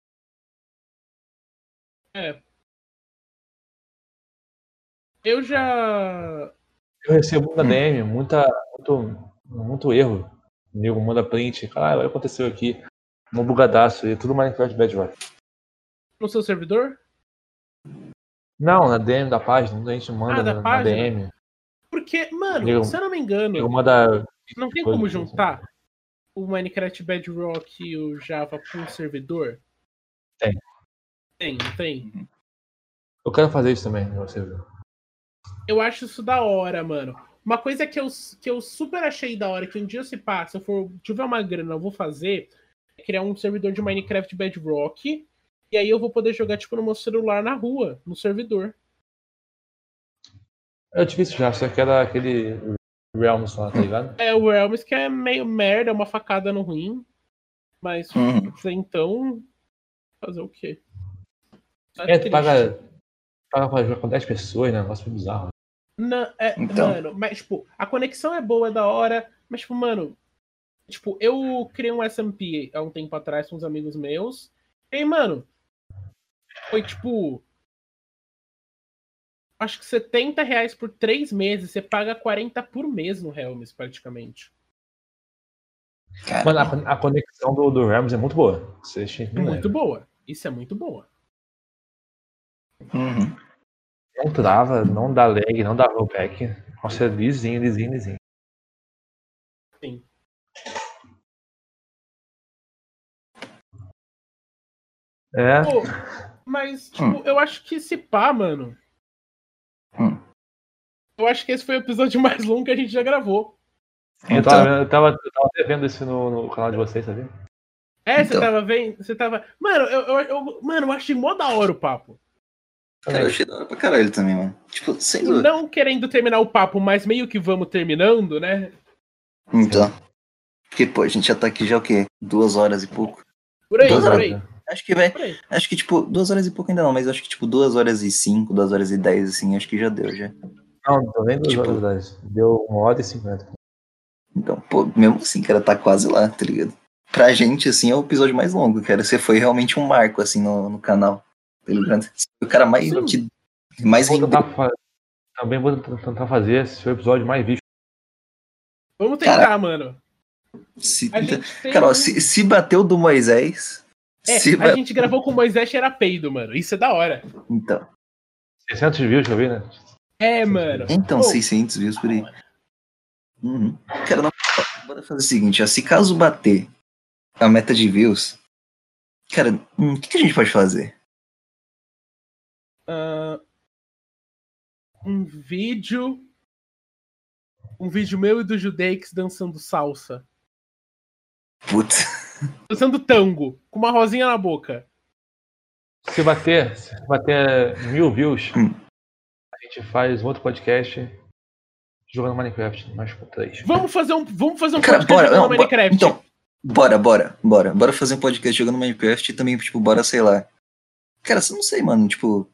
Eu já... Eu recebo na DM muito erro. O nego manda print. Caralho, o que aconteceu aqui? Um bugadaço. E é tudo Minecraft Bedrock. No seu servidor? Não, na DM da página. Muita gente manda da na página? DM. Porque, mano, se eu não me engano, manda não tem como juntar o Minecraft Bedrock e o Java para um servidor? Tem. Eu quero fazer isso também, você ver. Eu acho isso da hora, mano. Uma coisa que eu super achei da hora, que um dia se passa, se eu tiver uma grana, eu vou fazer, é criar um servidor de Minecraft Bedrock, e aí eu vou poder jogar, tipo, no meu celular na rua, no servidor. Eu tive isso já, só que era aquele Realms lá, tá ligado? O Realms que é meio merda, é uma facada no ruim. Mas, então, fazer o quê? Tu paga pra jogar com 10 pessoas, né? Negócio bizarro. Não, Então. Mano, mas, tipo, a conexão é boa, é da hora, mas, tipo, mano, tipo, eu criei um SMP há um tempo atrás com uns amigos meus, e, mano, foi, tipo, acho que R$70 por 3 meses, você paga 40 por mês no Realms, praticamente. Cara, Mano, a conexão do Realms é muito boa. Muito boa. Isso é muito boa. Uhum. Não trava, não dá lag, não dá rollback. Nossa, é lisinho. Sim. É. Pô, mas, tipo, eu acho que esse pá, mano. Eu acho que esse foi o episódio mais longo que a gente já gravou. Eu tava até vendo isso no canal de vocês, sabia? Você tava vendo? Você tava. Mano, eu achei mó da hora o papo. Cara, eu achei da hora pra caralho também, mano. Tipo, sem Tipo, não querendo terminar o papo, mas meio que vamos terminando, né? Então. Porque, pô, a gente já tá aqui já o quê? 2 horas e pouco? Por aí, 2 por horas. aí. Acho que vai. Acho que, tipo, 2 horas e pouco ainda não, mas acho que, tipo, 2 horas e 5, 2 horas e 10, assim, acho que já deu, já. Não deu nem 2 horas, verdade. Deu 1 hora e 50. Então, pô, mesmo assim, cara, tá quase lá, tá ligado? Pra gente, assim, é o episódio mais longo, cara. Você foi realmente um marco, assim, no canal, tá ligado? O cara mais Também vou tentar fazer esse o episódio mais visto. Vamos tentar, mano. Cara, ó, se bateu o do Moisés... a gente gravou com o Moisés era peido, mano. Isso é da hora. Então. 600 views, eu vi, né? Mano. Então, 600 views por aí. Cara, não, bora fazer o seguinte, ó. Se caso bater a meta de views, cara, o que a gente pode fazer? Um vídeo meu e do Judeix dançando salsa. Putz. Dançando tango, com uma rosinha na boca. Se bater 1000 views, a gente faz um outro podcast jogando Minecraft, mais com 3. Vamos fazer um cara, podcast jogando Minecraft. Então, bora fazer um podcast jogando Minecraft e também, tipo, bora, sei lá. Cara, eu não sei, mano, tipo...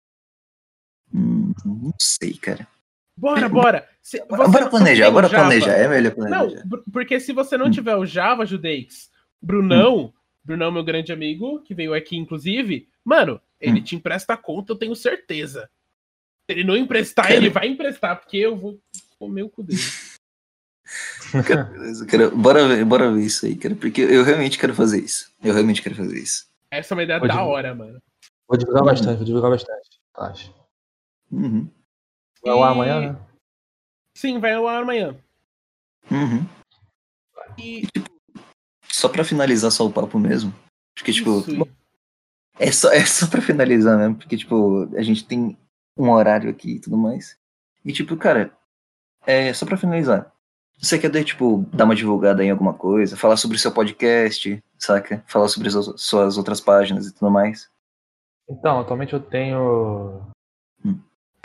não sei, cara. Bora. Bora planejar, é melhor planejar. Não, porque se você não tiver o Java, Judeix, Brunão, meu grande amigo, que veio aqui, inclusive, mano, ele te empresta a conta, eu tenho certeza. Se ele não emprestar, ele vai emprestar, porque eu vou comer o cu dele. Cara, beleza, cara. Bora ver isso aí, cara. Porque eu realmente quero fazer isso. Essa é uma ideia Pode da vir. hora, mano. Vou divulgar bastante, acho. Uhum. Vai ao ar amanhã, né? Sim, vai ao ar amanhã. Uhum. E Só pra finalizar só o papo mesmo. Porque, tipo, isso. é só pra finalizar mesmo. Porque, tipo, a gente tem um horário aqui e tudo mais. E, tipo, cara, é só pra finalizar. Você quer, tipo, dar uma divulgada em alguma coisa? Falar sobre o seu podcast, saca? Falar sobre as suas outras páginas e tudo mais? Então, atualmente eu tenho. Hum.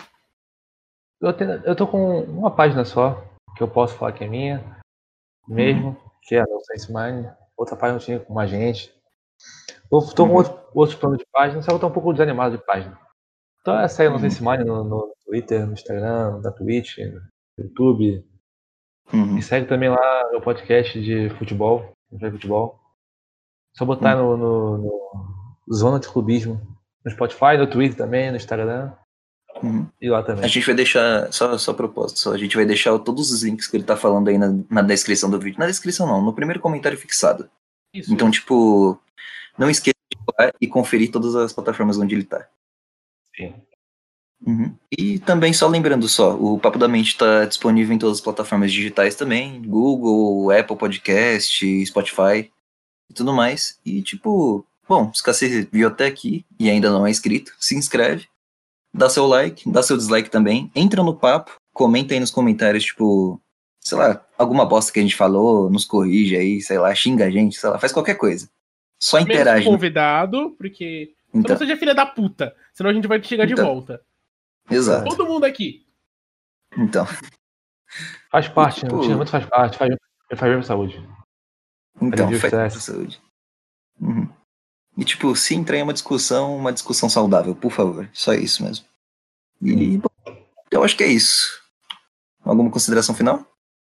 Eu tô com uma página só, que eu posso falar que é minha, mesmo, que é a No Sense Mine. Outra página eu tinha com uma agente. Eu tô com outros planos de página, só que eu tô um pouco desanimado de página. Então é essa aí, No Sense Mine, no Twitter, no Instagram, na Twitch, no YouTube. E segue também lá meu podcast de futebol, Só botar no Zona de Clubismo. No Spotify, no Twitter também, no Instagram. E lá também. A gente vai deixar, só propósito, a gente vai deixar todos os links que ele tá falando aí na descrição do vídeo. Na descrição não, no primeiro comentário fixado. Isso. Então, tipo, não esqueça de ir lá e conferir todas as plataformas onde ele tá. Sim. E também, só lembrando o Papo da Mente tá disponível em todas as plataformas digitais também, Google, Apple Podcast, Spotify e tudo mais. E, tipo, bom, se você viu até aqui e ainda não é inscrito, se inscreve. Dá seu like, dá seu dislike também. Entra no papo, comenta aí nos comentários, tipo, sei lá, alguma bosta que a gente falou, nos corrige aí, sei lá, xinga a gente, sei lá, faz qualquer coisa. Só Menos o interage. convidado, porque. Só não Então, seja filha da puta. Senão a gente vai te chegar de Então. volta. exato. Todo mundo aqui. Então, Faz parte, tipo, o xingamento faz parte, faz bem pra saúde. Alivia o faz pra estresse. saúde. E, tipo, se entrar em uma discussão saudável, por favor. Só isso mesmo. E, bom, eu acho que é isso. Alguma consideração final?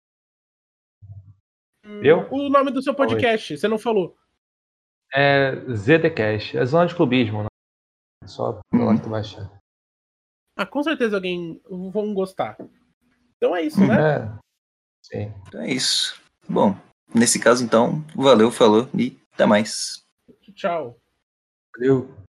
Eu? O nome do seu podcast, você não falou. É ZDCast. É Zona de Clubismo, né? Só pra lá que tu vai achar. Ah, com certeza alguém vão gostar. Então é isso, né? É, sim. Então é isso. Bom, nesse caso, então, valeu, falou e até mais. Tchau. Valeu.